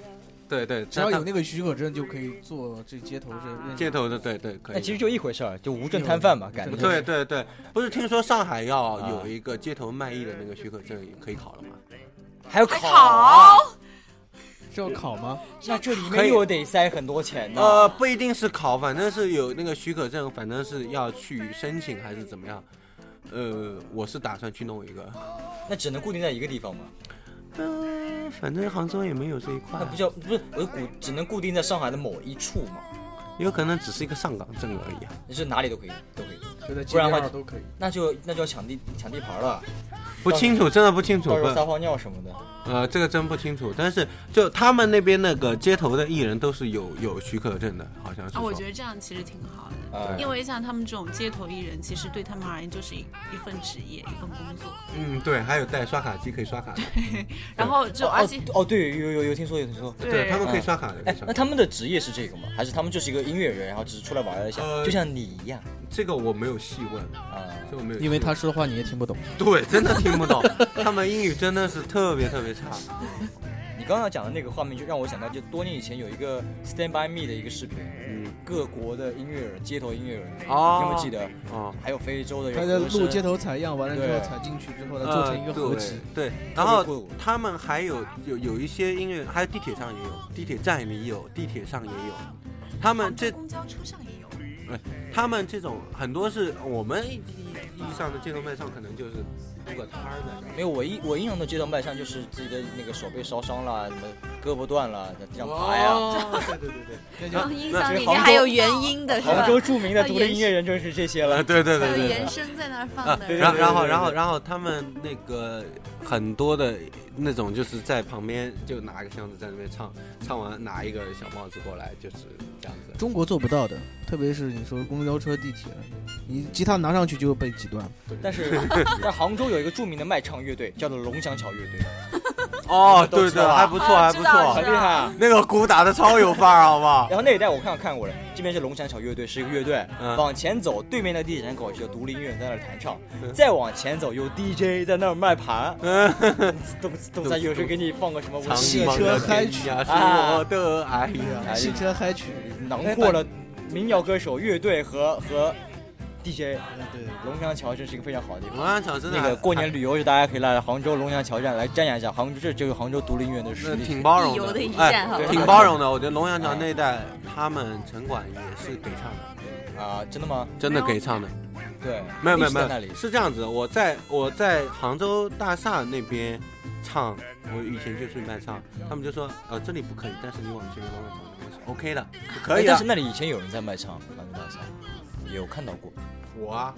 对对， 只要有那个许可证就可以做这街头这街头的，对对可以。 那其实就一回事儿，就无证摊贩嘛，感觉。 对对对，不是听说上海要有一个街头卖艺的那个许可证可以考了吗？ 还要考？ 是要考吗？ 那这里面又得塞很多钱呢。 呃，不一定是考，反正是有那个许可证，反正是要去申请还是怎么样。呃，我是打算去弄一个。 那只能固定在一个地方吗？ 嗯、呃，反正杭州也没有这一块。 那不叫不是我固只能固定在上海的某一处吗？ 有可能只是一个上岗证而已啊。 你是哪里都可以，都可以， 就在不然的话都可以。 那就那就要抢地抢地盘了。 不清楚，真的不清楚。 到时候撒泡尿什么的。 呃，这个真不清楚，但是就他们那边那个街头的艺人都是有有许可证的，好像是。 啊，我觉得这样其实挺好的，啊、因为像他们这种街头艺人，其实对他们而言就是一一份职业，一份工作。 嗯，对，还有带刷卡机可以刷卡的。 对，然后就而且哦，对，有有有听说有听说， 对, 对他们可以刷卡的。 哎，那他们的职业是这个吗？还是他们就是一个音乐人，然后只是出来玩一下，呃、就像你一样？ 这个我没有细问啊，这个没有， 因为他说的话你也听不懂。 对，真的听不懂，他们英语真的是特别特别差。 你刚刚讲的那个画面就让我想到，就多年以前有一个 Stand By Me 的一个视频，嗯，各国的音乐人，街头音乐人，哦、你有没有记得？哦，还有非洲的人， 他在录街头采样，完了之后采进去之后，他做成一个合集、 呃。对，然后他们还有有有一些音乐，还有地铁上也有，地铁站里有，地铁上也有，他们这公交车上也有。 对，他们这种很多是我们意义上的街头卖唱，可能就是铺个摊儿的。 没有，我印我印象的街头卖唱就是自己的那个手被烧伤了，什么胳膊断了，这样爬呀。 哦、对对对对。 然后印象里面还有原因的是吧？ 杭州著名的独立音乐人就是这些了。 对对对对。 还有原声在那儿放的。啊、 然后然后然后然后他们那个很多的那种就是在旁边就拿个箱子在那边唱，唱完拿一个小帽子过来，就是这样子。 中国做不到的，特别是你说公交车、地铁，你吉他拿上去就被挤断。 但是在杭州有一个著名的卖唱乐队，叫做龙翔桥乐队。 哦，对对，还不错，还不错， 很厉害。 那个鼓打的超有范儿，好不好？ 然后那一带我看看过了，这边是龙翔桥乐队，是一个乐队。嗯、往前走，对面的地铁站口就有独立音乐人在那儿弹唱。嗯、再往前走，有 D J 在那儿卖盘。嗯，东东山有时给你放个什么汽车嗨曲啊，是我的爱呀， 汽车嗨曲， 囊括了民谣歌手、乐队和和。D J， 对，龙翔桥真是一个非常好的地方。 龙翔桥真的， 那个过年旅游时大家可以来杭州龙翔桥站来瞻仰一下杭州，这就是杭州独立音乐的实力， 挺包容的， 哎，挺包容的。我觉得龙翔桥那一带，他们城管也是给唱的啊，真的吗？ 真的给唱的。 对， 没有没有没有，是这样子。我在我在杭州大厦那边唱，我以前就去卖唱，他们就说呃这里不可以，但是你往前面龙翔桥那边是 OK 的，可以的。 但是那里以前有人在卖唱，杭州大厦。有看到过我啊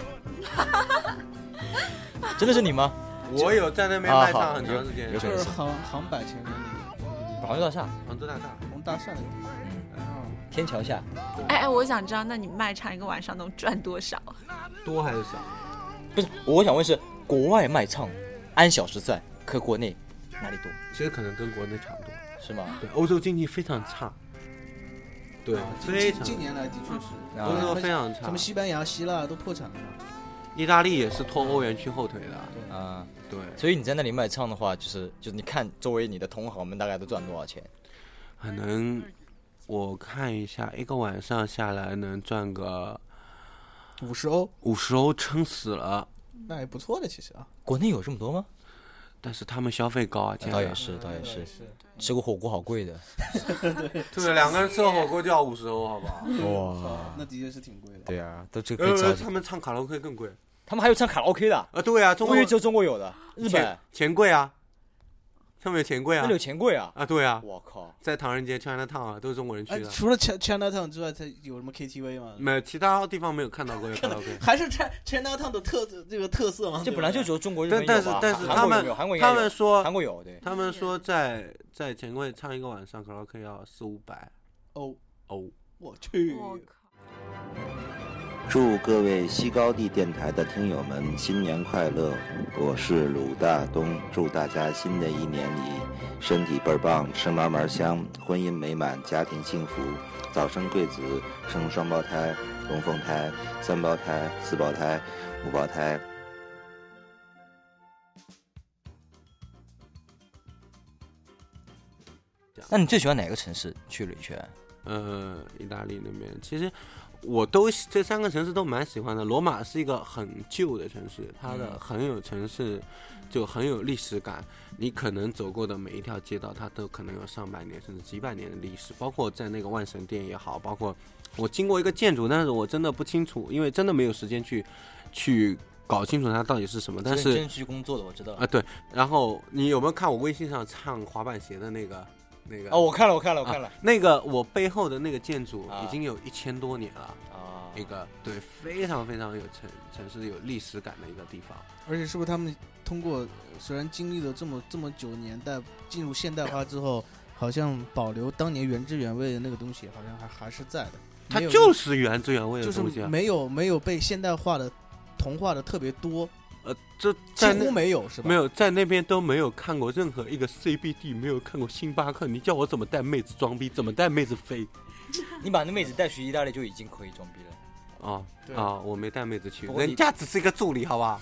真的是你吗？ 我有在那边卖唱很长时间， 就是杭杭百前面那个杭州大厦， 杭州大厦， 杭大厦那个地方， 嗯，天桥下。 哎哎，我想知道，那你卖唱一个晚上能赚多少？ 多还是少？ 不是，我想问是国外卖唱按小时算，可国内哪里多？ 其实可能跟国内差不多， 是吗？ 对，欧洲经济非常差。对，非常近年来的确是， 欧洲非常差， 什么西班牙、希腊都破产了， 意大利也是拖欧元区后腿的。 对啊， 对， 所以你在那里卖唱的话，就是就是你看周围你的同行们大概都赚多少钱？ 可能我看一下，一个晚上下来能赚个五十欧， 五十欧撑死了， 那也不错的其实啊。 国内有这么多吗？ 但是他们消费高啊， 倒也是，倒也是，吃个火锅好贵的。 对，对，两个人吃个火锅就要五十欧，好不好？ 哇， 那的确是挺贵的。 对啊，都这个可以呃，他们唱卡拉 OK 更贵， 他们还有唱卡拉 OK 的啊？ 对啊，中国只有中国有的，日本钱柜啊，上面有钱柜啊， 那里有钱柜啊？ 啊，对啊， 我靠， 在唐人街 Chinatown 啊，都是中国人去的。 除了 Chinatown 之外，它有什么 K T V 吗？ 没有，其他地方没有看到过有卡拉 OK。 还是 Chinatown 的特这个特色吗？ 这本来就只有中国人有吧？ 但是但是他们他们说韩国有，对， 他们说在在钱柜唱一个晚上卡拉 OK 要四五百欧欧， 我去！ 我靠！ 祝各位西高地电台的听友们新年快乐！我是鲁大东，祝大家新的一年里身体倍儿棒，吃嘛嘛香，婚姻美满，家庭幸福，早生贵子，生双胞胎、龙凤胎、三胞胎、四胞胎、五胞胎。 这样。 那你最喜欢哪个城市去了一圈？ 呃，意大利那边其实我都这三个城市都蛮喜欢的。罗马是一个很旧的城市，它的很有城市就很有历史感，你可能走过的每一条街道它都可能有上百年甚至几百年的历史，包括在那个万神殿也好，包括我经过一个建筑，但是我真的不清楚，因为真的没有时间去去搞清楚它到底是什么。但是真去工作的我知道啊、呃，对。然后你有没有看我微信上唱滑板鞋的那个那个？ 哦，我看了，我看了，我看了。 啊、那个我背后的那个建筑已经有一千多年了啊， 一个对非常非常有城城市有历史感的一个地方。 而且是不是他们通过虽然经历了这么这么久年代，进入现代化之后，好像保留当年原汁原味的那个东西，好像还还是在的。 它就是原汁原味的东西、啊， 就是没有没有被现代化的同化的特别多。 呃，这几乎没有是吧？ 没有，在那边都没有看过任何一个 C B D， 没有看过星巴克。你叫我怎么带妹子装逼，怎么带妹子飞？ 你把那妹子带去意大利就已经可以装逼了。 啊啊！我没带妹子去，人家只是一个助理，好吧？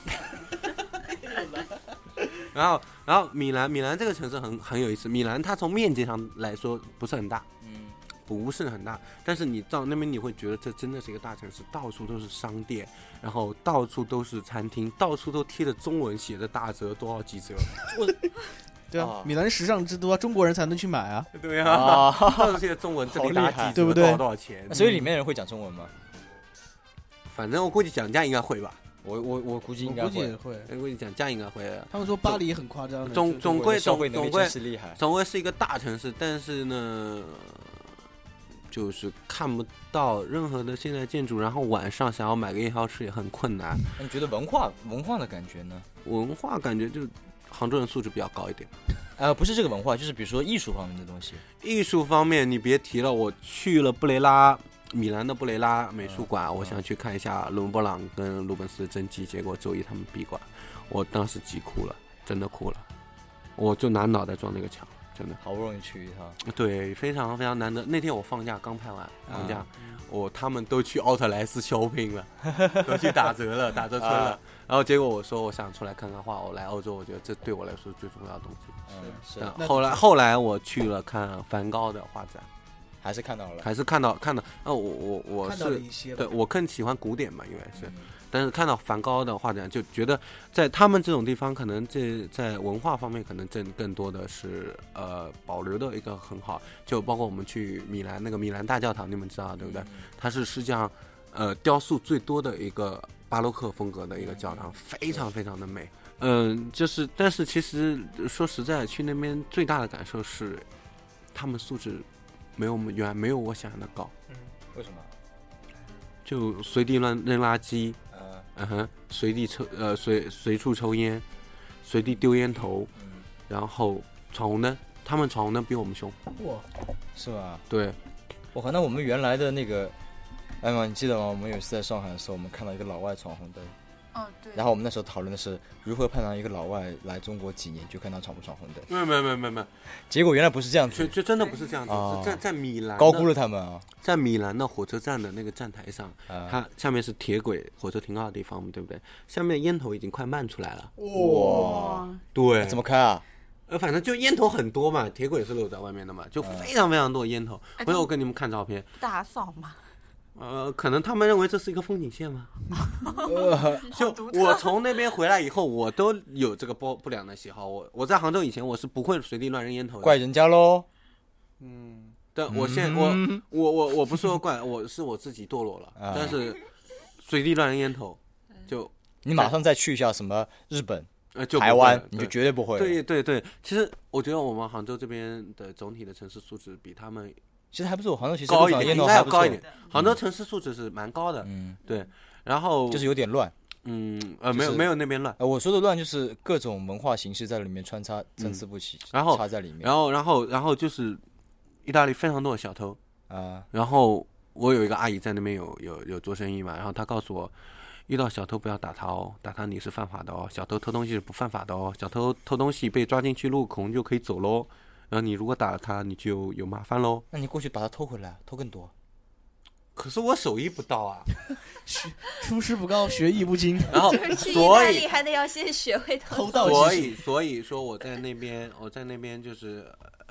然后，然后米兰，米兰这个城市很很有意思。米兰它从面积上来说不是很大， 嗯， 不是很大，但是你到那边你会觉得这真的是一个大城市，到处都是商店，然后到处都是餐厅，到处都贴着中文写着打折多少几折。 对啊，啊米兰时尚之都啊，中国人才能去买啊。 对啊，到处写中文，这里打几折， 对不对？ 多少多少钱？ 所以里面人会讲中文吗？ 反正我估计讲价应该会吧。 我我我估计应该会， 我估计也会。 我估计讲价应该会。 他们说巴黎很夸张的， 总总归总总归是厉害， 总归是一个大城市，但是呢，就是看不到任何的现代建筑，然后晚上想要买个夜宵吃也很困难。 那你觉得文化文化的感觉呢？ 文化感觉就杭州人素质比较高一点。 呃，不是这个文化，就是比如说艺术方面的东西。 艺术方面你别提了，我去了布雷拉。米兰的布雷拉美术馆、嗯，我想去看一下伦勃朗跟鲁本斯的真迹，结果周一他们闭馆，我当时急哭了，真的哭了，我就拿脑袋撞那个墙，真的。 好不容易去一趟， 对，非常非常难得。那天我放假刚拍完，放假，嗯、我他们都去奥特莱斯 shopping 了，都去打折了，打折村了。啊、然后结果我说我想出来看看画，我来欧洲，我觉得这对我来说是最重要的东西。 嗯，是。 嗯、后来后来我去了看梵高的画展。 还是看到了， 还是看到看到啊！我我我是对我更喜欢古典嘛，因为是，嗯、但是看到梵高的画展，就觉得在他们这种地方，可能这在文化方面，可能更更多的是呃保留的一个很好。就包括我们去米兰那个米兰大教堂，你们知道对不对？嗯、它是世界上呃雕塑最多的一个巴洛克风格的一个教堂，非常非常的美。嗯，就是但是其实说实在，去那边最大的感受是，他们素质。没有原来没有我想象的高， 嗯，为什么？ 就随地乱扔垃圾， 嗯嗯哼，随地抽呃随随处抽烟，随地丢烟头， 嗯， 然后闯红灯，他们闯红灯比我们凶， 哇，是吧？ 对， 我靠，那我们原来的那个，哎妈，你记得吗？我们有一次在上海的时候，我们看到一个老外闯红灯。 哦，对。 然后我们那时候讨论的是如何判断一个老外来中国几年就看他闯不闯红灯。 没有没有没有没有没有， 结果原来不是这样子， 就就真的不是这样子。 哦、 在在米兰高估了他们啊， 在米兰的火车站的那个站台上， 啊、 它下面是铁轨，火车停靠的地方，对不对？下面烟头已经快漫出来了。 哇， 对， 怎么开啊？ 呃，反正就烟头很多嘛，铁轨是露在外面的嘛，就非常非常多烟头。回头我跟你们看照片。 打扫嘛。 呃，可能他们认为这是一个风景线吗？就我从那边回来以后，我都有这个不不良的喜好。我我在杭州以前，我是不会随地乱扔烟头的。 怪人家喽。 嗯，但我现在、嗯、我我我我不说怪，我是我自己堕落了。啊、但是随地乱扔烟头，就你马上再去一下什么日本、 呃，就台湾，你就绝对不会。 对对对，其实我觉得我们杭州这边的总体的城市素质比他们。 其实还不错，杭州其实高一点，应该要高一点。杭州嗯、 城市素质是蛮高的， 嗯， 对。然后就是有点乱， 嗯呃，没有、就是、没有那边乱。 呃，我说的乱就是各种文化形式在里面穿插，参差不齐， 嗯、然后插在里面。 然后然后然后就是意大利非常多的小偷啊。 然后我有一个阿姨在那边有有有做生意嘛，然后她告诉我，遇到小偷不要打他哦，打他你是犯法的哦。小偷偷东西是不犯法的哦，小偷偷东西被抓进去录口就可以走喽。然后你如果打了他，你就有麻烦喽。 那你过去把他偷回来，偷更多。 可是我手艺不到啊， 出师不高，学艺不精。 然后， 去所以意大利还得要先学会偷盗。 所以，所以说我在那边，我在那边就是，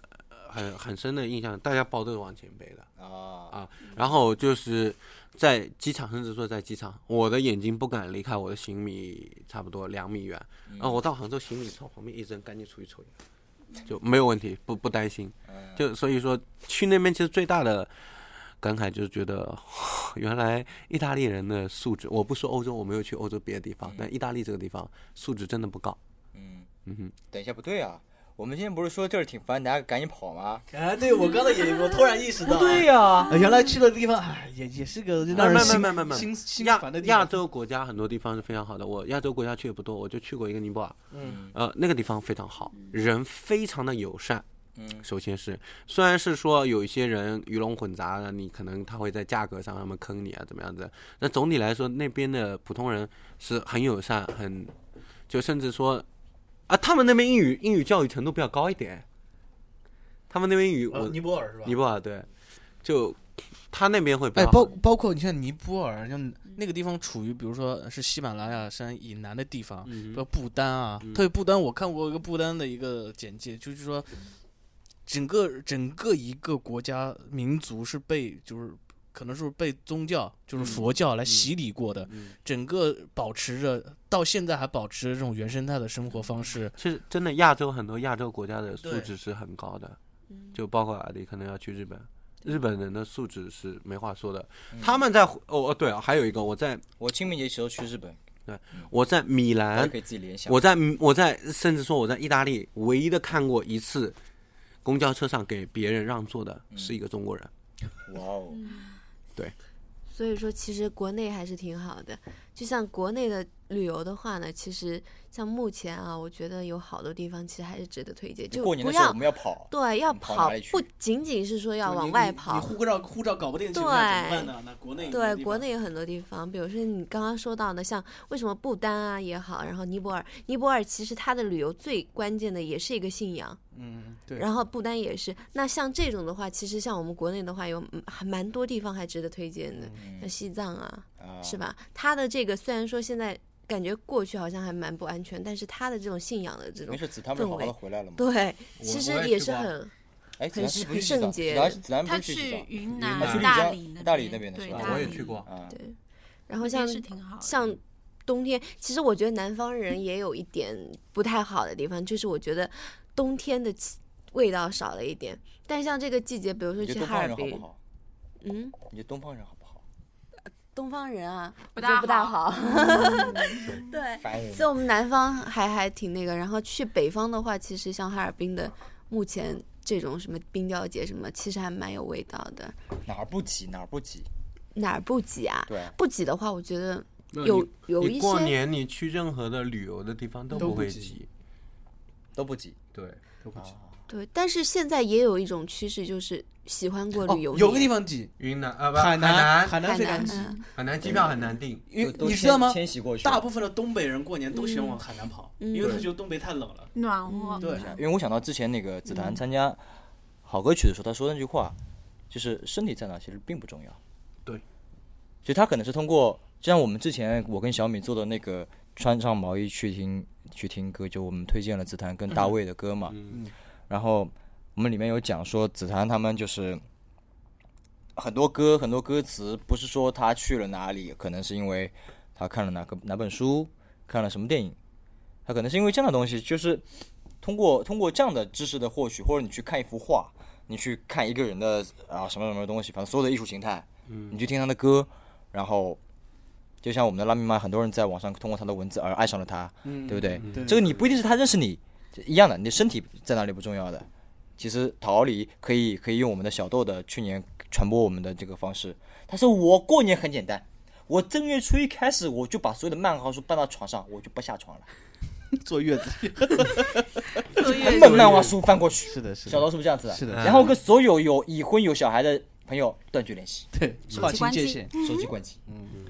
很很深的印象，大家包都是往前背的啊啊，然后就是在机场，甚至说在机场，我的眼睛不敢离开我的行李差不多两米远，然后我到杭州行李从旁边一扔，赶紧出去抽烟，就没有问题，不不担心。就所以说去那边其实最大的感慨就是觉得，原来意大利人的素质，我不说欧洲，我没有去欧洲别的地方，但意大利这个地方素质真的不高。 嗯嗯哼， 等一下，不对啊。我们今天不是说这儿挺烦，大家赶紧跑吗？ 啊，对，我刚才也，我突然意识到， 不对呀、啊， 原来去的地方，哎，也也是个让人心心心烦的地方。 亚洲国家很多地方是非常好的，我亚洲国家去的不多，我就去过一个尼泊尔，嗯，呃，那个地方非常好，人非常的友善。嗯，首先是，虽然是说有一些人鱼龙混杂的，你可能他会在价格上他们坑你啊，怎么样子？那总体来说，那边的普通人是很友善，很，就甚至说。啊，他们那边英语英语教育程度比较高一点，他们那边英语，我、 呃、尼泊尔是吧？ 尼泊尔对，就他那边会比较好。 哎，包包括你像尼泊尔，像那个地方处于，比如说是喜马拉雅山以南的地方，比如不丹啊，嗯、特别不丹，我看过一个不丹的一个简介，就是说，整个整个一个国家民族是被就是。可能是被宗教，就是佛教来洗礼过的，嗯嗯、整个保持着到现在还保持着这种原生态的生活方式。 其实真的，亚洲很多亚洲国家的素质是很高的，就包括阿里可能要去日本，日本人的素质是没话说的。嗯、他们在哦哦对啊，还有一个我在我清明节时候去日本， 对，我在米兰， 我可以自己联想。 我在我在甚至说我在意大利唯一的看过一次公交车上给别人让座的是一个中国人。 哇哦！ 对， 所以说其实国内还是挺好的。就像国内的旅游的话呢，其实像目前啊，我觉得有好多地方其实还是值得推荐。就过年的时候我们要跑， 对，要跑，不仅仅是说要往外跑。 你护照护照搞不定，对，怎么办呢？那国内对国内有很多地方，比如说你刚刚说到的，像为什么不丹啊也好，然后尼泊尔，尼泊尔其实它的旅游最关键的也是一个信仰。 嗯，对。 然后不丹也是，那像这种的话，其实像我们国内的话，有还蛮多地方还值得推荐的，嗯、像西藏啊，啊是吧？它的这个虽然说现在感觉过去好像还蛮不安全，但是它的这种信仰的这种氛围，没事， 子弹不是好好的回来了吗？ 对，其实也是很哎很很圣洁。 他去云南、 大理大理那边的是吧？ 我也去过。 对，然后像像冬天，其实我觉得南方人也有一点不太好的地方，就是我觉得。冬天的味道少了一点，但像这个季节，比如说去哈尔滨， 嗯，你觉得东方人好不好？ 东方人啊， 不大不大好。对，所以我们南方还还挺那个，然后去北方的话，其实像哈尔滨的，目前这种什么冰雕节什么，其实还蛮有味道的。 哪儿不挤哪儿不挤？ 哪儿不挤啊？ 对， 不挤的话，我觉得有有一些。 过年你去任何的旅游的地方都不会挤。 都不挤， 对，都不挤。 对，但是现在也有一种趋势，就是喜欢过旅游、 哦。有个地方挤， 云南啊，不， 海南， 海南非常挤， 海南机票很难订。 因为你知道吗？ 迁徙过去， 大部分的东北人过年都喜欢往海南跑， 嗯、 因为他觉得东北太冷了， 暖和。 对， 因为我想到之前那个紫檀参加好歌曲的时候，他说那句话，就是身体在哪其实并不重要。 对， 就他可能是通过，就像我们之前我跟小米做的那个穿上毛衣去听。去听歌，就我们推荐了紫檀跟大卫的歌嘛，嗯、然后我们里面有讲说紫檀他们就是很多歌很多歌词不是说他去了哪里，可能是因为他看了哪个哪本书，看了什么电影，他可能是因为这样的东西，就是通过通过这样的知识的获取，或者你去看一幅画，你去看一个人的啊什么什么东西，反正所有的艺术形态，嗯、你去听他的歌，然后。就像我们的拉米妈，很多人在网上通过他的文字而爱上了他，嗯、对不对？ 嗯、 这个你不一定是他认识你一样的，你的身体在哪里不重要的。其实陶里可以可以用我们的小豆的去年传播我们的这个方式。他说我过年很简单，我正月初一开始我就把所有的漫画书搬到床上，我就不下床了， 坐月子， 很本漫画书翻过去。 是的，是的， 小豆是不是这样子的？ 是的。 然后跟所有有已婚有小孩的朋友断绝联系， 对，划清界限， 手机关机。嗯。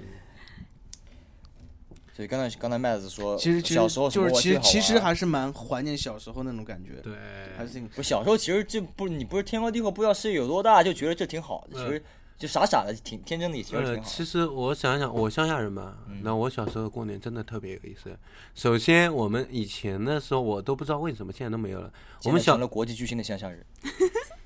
所以刚才刚才麦子说， 其实小时候就是其实其实还是蛮怀念小时候那种感觉。 对， 还是我小时候其实就不你不是天高地厚，不知道世界有多大，就觉得这挺好的，其实就傻傻的，挺天真的，也其实挺好的。 呃，其实我想想，我乡下人嘛，嗯、那我小时候过年真的特别有意思。首先，我们以前的时候我都不知道为什么，现在都没有了。我们小成了国际巨星的乡下人。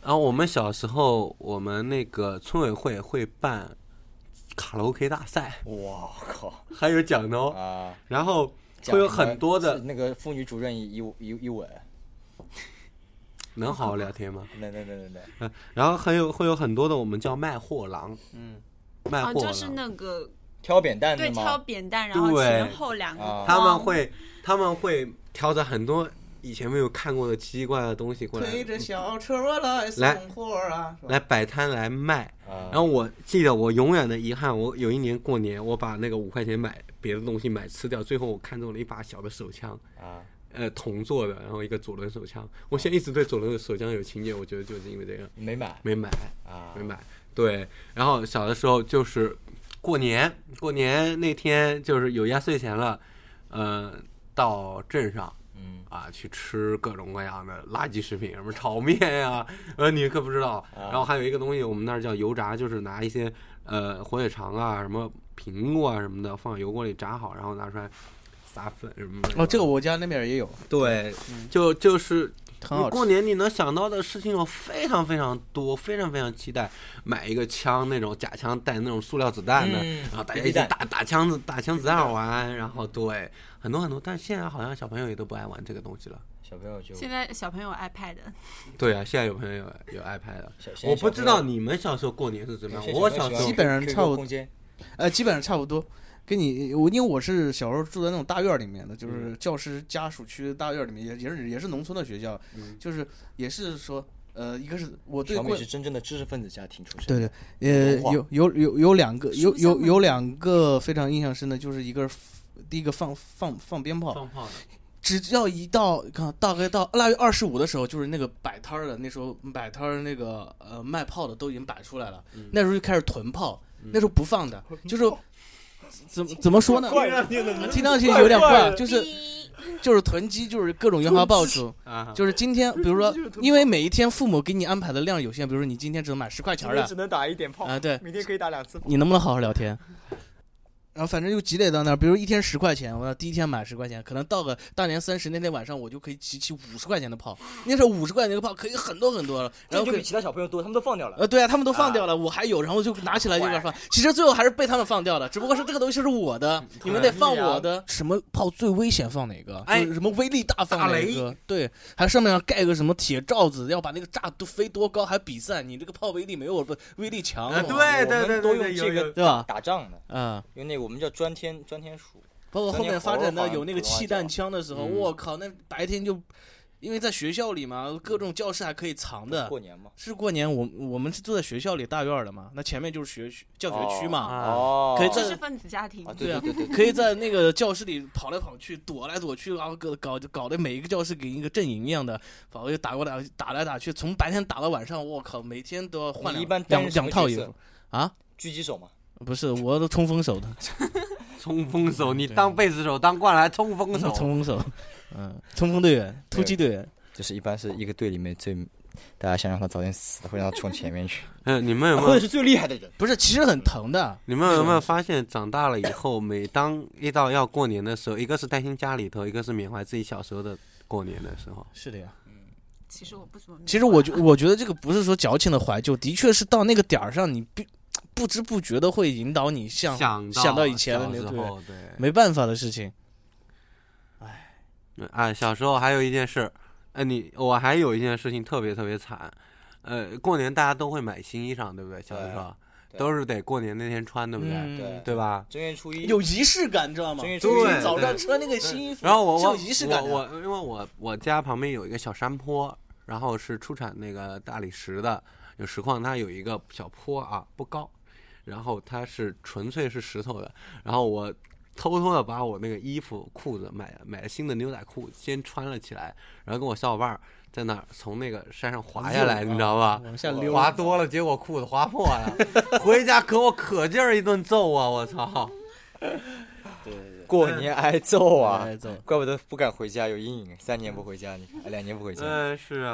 然后我们小时候，我们那个村委会会办卡拉 OK 大赛， 哇靠， 还有奖的哦。 啊， 然后会有很多的那个妇女主任一一一吻， 能好好聊天吗？ 能能能能能。 嗯，然后还有会有很多的我们叫卖货郎， 嗯， 卖货郎、 哦、就是那个挑扁担的对， 吗？ 挑扁担，然后前后两个、 啊， 他们会他们会挑着很多以前没有看过的奇奇怪怪的东西过来， 推着小车来送货啊， 来摆摊来卖。 啊、 然后我记得我永远的遗憾，我有一年过年，我把那个五块钱买别的东西买吃掉，最后我看中了一把小的手枪， 啊， 呃，铜做的，然后一个左轮手枪。我现在一直对左轮手枪有情节，我觉得就是因为这个。 没买， 没买啊， 没买。对，然后小的时候就是过年，过年那天就是有压岁钱了，呃，到镇上。 嗯啊，去吃各种各样的垃圾食品，什么炒面呀、啊，呃，你可不知道。然后还有一个东西，我们那儿叫油炸，就是拿一些呃火腿肠啊、什么苹果啊什么的，放油锅里炸好，然后拿出来撒粉什么的。 哦，这个我家那边也有。 对， 嗯、 就就是很好吃。 过年你能想到的事情有非常非常多，非常非常期待买一个枪，那种假枪带那种塑料子弹的， 嗯、 然后大家一起打打枪子、打枪子弹玩，然后对。很多很多，但是现在好像小朋友也都不爱玩这个东西了。 小朋友就现在小朋友 iPad， 对啊，现在有朋友有有 iPad 了。我不知道你们小时候过年是怎么样，我小时候基本上差不多，呃，基本上差不多。跟你我因为我是小时候住在那种大院里面的，就是教师家属区大院里面，也也是也是农村的学校， 嗯、 就是也是说。呃，一个是我对小米是真正的知识分子家庭出身， 对对，呃，有有有有两个，有有有两个非常印象深的，就是一个第一个放放放鞭炮， 放炮的， 只要一到看大概到腊月二十五的时候，就是那个摆摊的，那时候摆摊那个呃卖炮的都已经摆出来了， 嗯、 那时候就开始囤炮，嗯、那时候不放的，就是怎么怎么说呢？听上去有点怪，就是。就是囤积，就是各种烟花爆竹，就是今天，比如说，因为每一天父母给你安排的量有限，比如说你今天只能买十块钱的， 只能打一点炮啊，对， 明天可以打两次炮。 你能不能好好聊天？然后反正就积累到那儿，比如一天十块钱，我要第一天买十块钱，可能到个大年三十那天晚上，我就可以集齐五十块钱的炮。那时候五十块钱的炮可以很多很多了，然后就比其他小朋友多，他们都放掉了。 呃，对啊，他们都放掉了，啊、我还有，然后就拿起来就开始放。其实最后还是被他们放掉的，只不过是这个东西是我的，你们得放我的。什么炮最危险放哪个？哎，什么威力大放哪个？对，还上面要盖个什么铁罩子，要把那个炸都飞多高，还比赛，你这个炮威力没有我威力强。 啊，对对对， 都用这个对吧？ 打仗的啊， 因为那个我们叫钻天。钻天鼠， 包括后面发展到有那个气弹枪的时候，我、嗯、靠，那白天就，因为在学校里嘛，各种教室还可以藏的。 过年嘛， 是过年，我我们是住在学校里大院的嘛，那前面就是学教学区嘛， 哦， 可以在知识分子家庭， 啊、对啊，对对对， 可以在那个教室里跑来跑去，躲来躲去，然后搞搞搞得每一个教室给一个阵营一样的，跑过去打过来打来打去，从白天打到晚上，我靠，每天都要换两一般两两套衣服啊， 狙击手嘛。 不是，我都冲锋手的。 冲锋手，你当贝斯手当惯了，还冲锋手。 冲锋手，嗯，冲锋队员，突击队员， 就是一般是一个队里面最，大家想让他早点死的，会让他冲前面去。 嗯，你们有没有？ 或者是最厉害的人？ 不是，其实很疼的。 你们有没有发现，长大了以后，每当一到要过年的时候，一个是担心家里头，一个是缅怀自己小时候的过年的时候。 是的呀。 其实我不怎么。 其实我觉我觉得这个不是说矫情的怀旧，的确是到那个点儿上，你必。不知不觉的会引导你想想想到以前的那个，对， 没办法的事情。 哎，啊，小时候还有一件事，呃，你我还有一件事情特别特别惨，呃，过年大家都会买新衣裳，对不对？小的时候都是得过年那天穿，对不对？ 嗯、 对， 对吧？ 正月初一有仪式感，知道吗？ 正月初一对， 早上穿那个新衣服， 然后我有仪式感。 我我因为我我家旁边有一个小山坡，然后是出产那个大理石的，有石矿，它有一个小坡啊，不高。然后它是纯粹是石头的，然后我偷偷的把我那个衣服裤子买买新的牛仔裤先穿了起来，然后跟我小伙伴在那儿从那个山上滑下来，你知道吧？ 往下溜， 滑多了，结果裤子滑破了，回家可我可劲儿一顿揍啊！我操！ 对对对，过年挨揍啊！ 挨揍， 怪不得不敢回家，有阴影。三年不回家，你两年不回家。 嗯，是啊。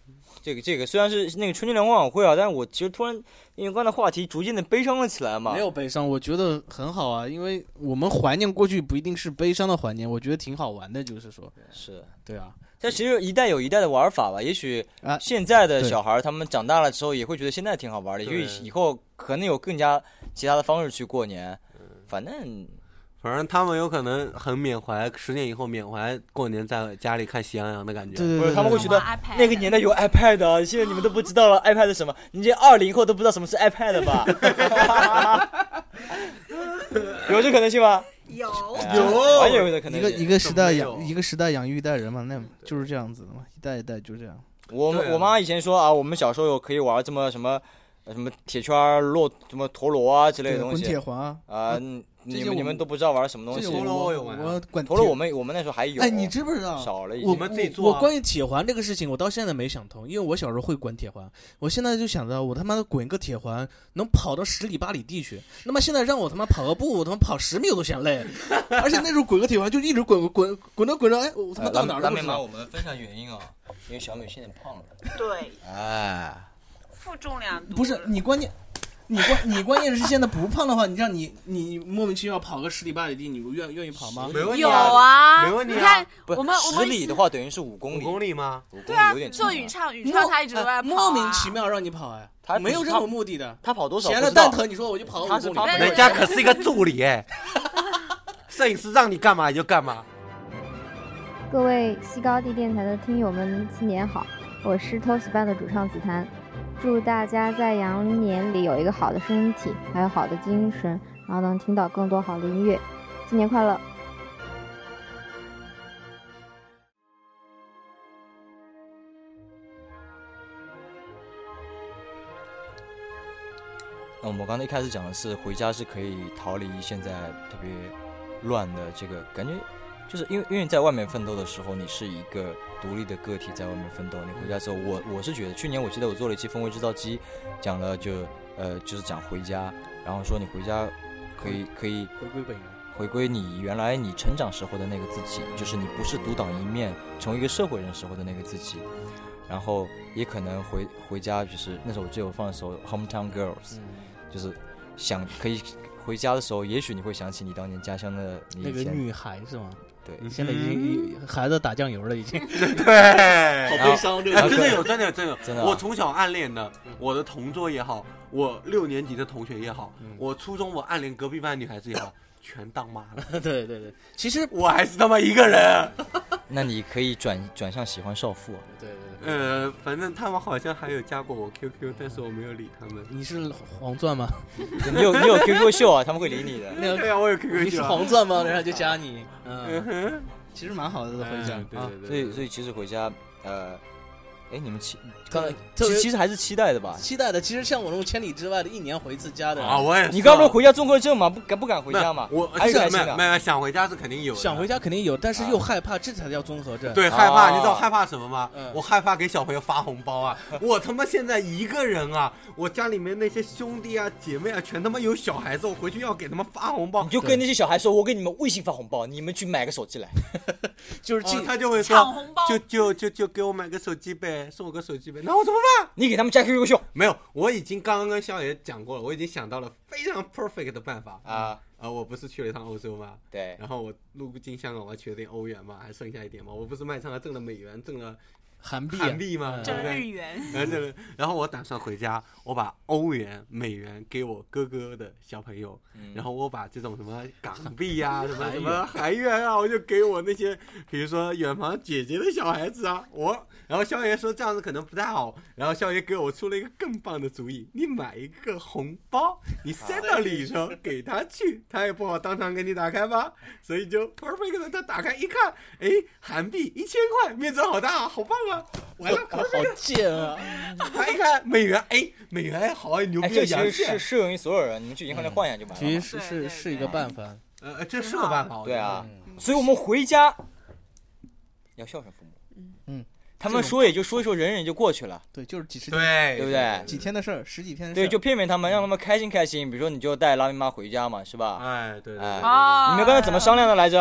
这个这个虽然是那个春节联欢晚会啊，但是我其实突然因为刚才话题逐渐的悲伤了起来嘛。 没有悲伤，我觉得很好啊，因为我们怀念过去不一定是悲伤的怀念，我觉得挺好玩的，就是说， 是对啊。 但其实一代有一代的玩法吧，也许现在的小孩他们长大了之后也会觉得现在挺好玩的，因为以后可能有更加其他的方式去过年，反正。 反正他们有可能很缅怀，十年以后缅怀过年在家里看喜羊羊的感觉。 对对对， 不是他们会觉得那个年代有 iPad 啊，现在你们都不知道了 iPad 是什么，你这二零后都不知道什么是 iPad 吧？有这可能性吗？ 有有，完全有这可能性。 一个一个时代养一个时代养育一代人嘛，那就是这样子的嘛，一代一代就这样。 我们、啊、我妈以前说啊，我们小时候有可以玩这么什么什么铁圈、骆什么陀螺啊之类的东西， 滚铁环啊。 啊你们你们都不知道玩什么东西？ 陀螺我有玩，我滚陀螺我们我们那时候还有。 哎，你知不知道？ 少了已经。 我们自己做、啊。我关于铁环这个事情，我到现在没想通，因为我小时候会滚铁环，我现在就想着我他妈的滚个铁环能跑到十里八里地去。那么现在让我他妈跑个步，我他妈跑十米我都嫌累，而且那时候滚个铁环就一直滚滚滚着滚着，哎，我他妈到哪儿都不知道。 我们分享原因啊，因为小美现在胖了。 对。 哎。 负重量多。 不是你关键。你关你关键是现在不胖的话，你让你你莫名其妙跑个十里八里地，你愿愿意跑吗？ 没问题、 啊，有啊， 没问题、啊。 你看我们十里的话等于是五公里， 五公里吗？ 五公里对啊， 有点长、 做语唱语唱他一直都在跑、啊， 莫名其妙让你跑哎， 他没有任何目的的。 他跑多少？ 闲了蛋疼，你说我就跑五公里， 人家可是一个助理哎，摄影师让你干嘛你就干嘛。 各位西高地电台的听友们，新年好，我是偷喜班的主唱紫檀。祝大家在羊年里有一个好的身体，还有好的精神，然后能听到更多好的音乐。新年快乐！ 那我们刚才一开始讲的是回家是可以逃离现在特别乱的这个感觉，就是因为因为在外面奋斗的时候，你是一个独立的个体在外面奋斗，你回家之后，我我是觉得去年我记得我做了一期风味制造机，讲了就呃就是讲回家，然后说你回家可以可以回归本源， 回归你原来你成长时候的那个自己，就是你不是独当一面成为一个社会人时候的那个自己，然后也可能回回家，就是那时候我记得我放的时候 Hometown Girls、嗯、就是想可以回家的时候，也许你会想起你当年家乡的你那个女孩是吗？ 对， 你现在已经、嗯、孩子打酱油了，已经。 对， 好悲伤，这个、 啊、真的有，真的有，真的有。 真的、啊， 我从小暗恋的，我的同桌也好，我六年级的同学也好， 嗯、 我初中我暗恋隔壁班女孩子也好，全当妈了。 对对对，其实我还是他妈一个人。 那你可以转转向喜欢少妇、啊。 对对对。 呃，反正他们好像还有加过我 Q Q， 但是我没有理他们。 你是黄钻吗？ 你有你有 Q Q 秀啊，他们会理你的。 那个对啊，我有 Q Q 秀。 你是黄钻吗？然后就加你。嗯。其实蛮好的，回家、 嗯、对对对， 所以所以其实回家，呃，哎，你们期刚才其其实还是期待的吧？ 期待的。其实像我这种千里之外的，一年回一次家的啊，我也是。 你刚不是回家综合症吗？不敢不敢回家吗？ 我还是开心的。 没有想回家是肯定有的， 想回家肯定有，但是又害怕，这才叫综合症。 对，害怕，你知道害怕什么吗？ 嗯、 我害怕给小朋友发红包啊！我他妈现在一个人啊，我家里面那些兄弟啊、姐妹啊，全他妈有小孩子，我回去要给他们发红包。 你就跟那些小孩说，我给你们微信发红包，你们去买个手机来。 就是、哦、他就会说， 抢红包， 就就就就给我买个手机呗，送我个手机呗。那我怎么办？ 你给他们加 Q Q 秀。 没有，我已经刚刚跟肖爷讲过了，我已经想到了非常 perfect 的办法啊。呃，我不是去了一趟欧洲吗？ 对。 然后我路经香港，我取了点欧元嘛，还剩下一点嘛。我不是卖唱了挣了美元，挣了韩币、 韩币嘛， 挣日元。 然后我打算回家，我把欧元、美元给我哥哥的小朋友，嗯、然后我把这种什么港币呀、啊、什么什么韩元啊，我就给我那些，比如说远房姐姐的小孩子啊，我。然后肖爷说这样子可能不太好，然后肖爷给我出了一个更棒的主意，你买一个红包，你塞到里头给他去，他也不好当场给你打开吧，所以就 perfect 的，他打开一看，哎，韩币一千块，面值好大，好棒啊！完了， 好贱啊！ 他一看美元，哎，美元好牛逼， 这其实是适用于所有人，你们去银行里换一下就完了。 其实是是一个办法， 呃，这是个办法， 对啊，所以我们回家要孝顺父母， 嗯。 他们说也就说一说，忍忍就过去了。 对，就是几十天， 对， 对不对？ 几天的事儿，十几天的事儿。 对，就骗骗他们，让他们开心开心。比如说，你就带拉面妈回家嘛，是吧？ 哎，对对。 哎，你们刚才怎么商量的来着？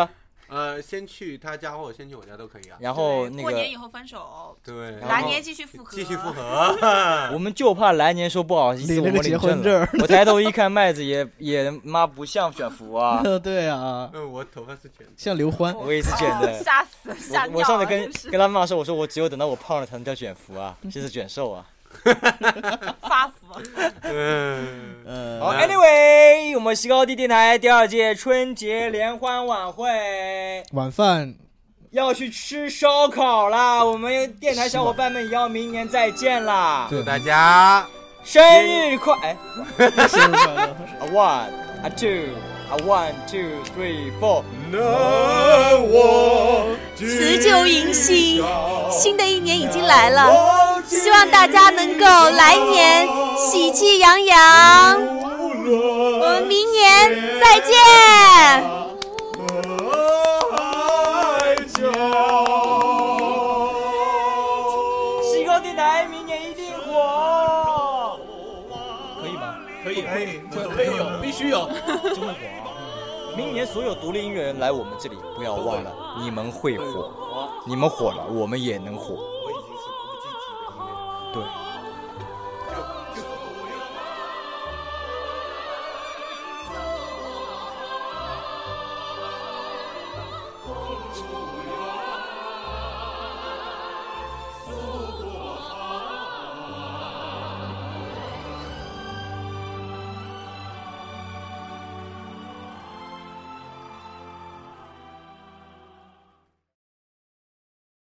呃，先去他家或者先去我家都可以啊。 然后那个过年以后分手， 对， 来年继续复合， 继续复合。 我们就怕来年说不好意思， 领了个结婚证。 我抬头一看，麦子也也妈不像卷福啊。 对啊， 嗯，我头发是卷的， 像刘欢， 我也是卷的， 吓死吓尿了。 我上次跟跟他妈说，我说我只有等到我胖了才能叫卷福啊，这是卷瘦啊。 发福。 嗯， 好 ，Anyway， 我们西高地电台第二届春节联欢晚会晚饭要去吃烧烤啦！我们电台小伙伴们也要明年再见啦！ 祝大家生日快！哎，生日快乐 ！One, a two, a one, two, three, four。 难忘辞旧迎新，新的一年已经来了，希望大家能够来年喜气洋洋。我们明年再见。 西高电台明年一定火，可以吗？ 可以，可以，可以有，必须有， 真的火啊！明年所有独立音乐人来我们这里，不要忘了，你们会火，你们火了，我们也能火。 我已经是国际级的音乐人。 对。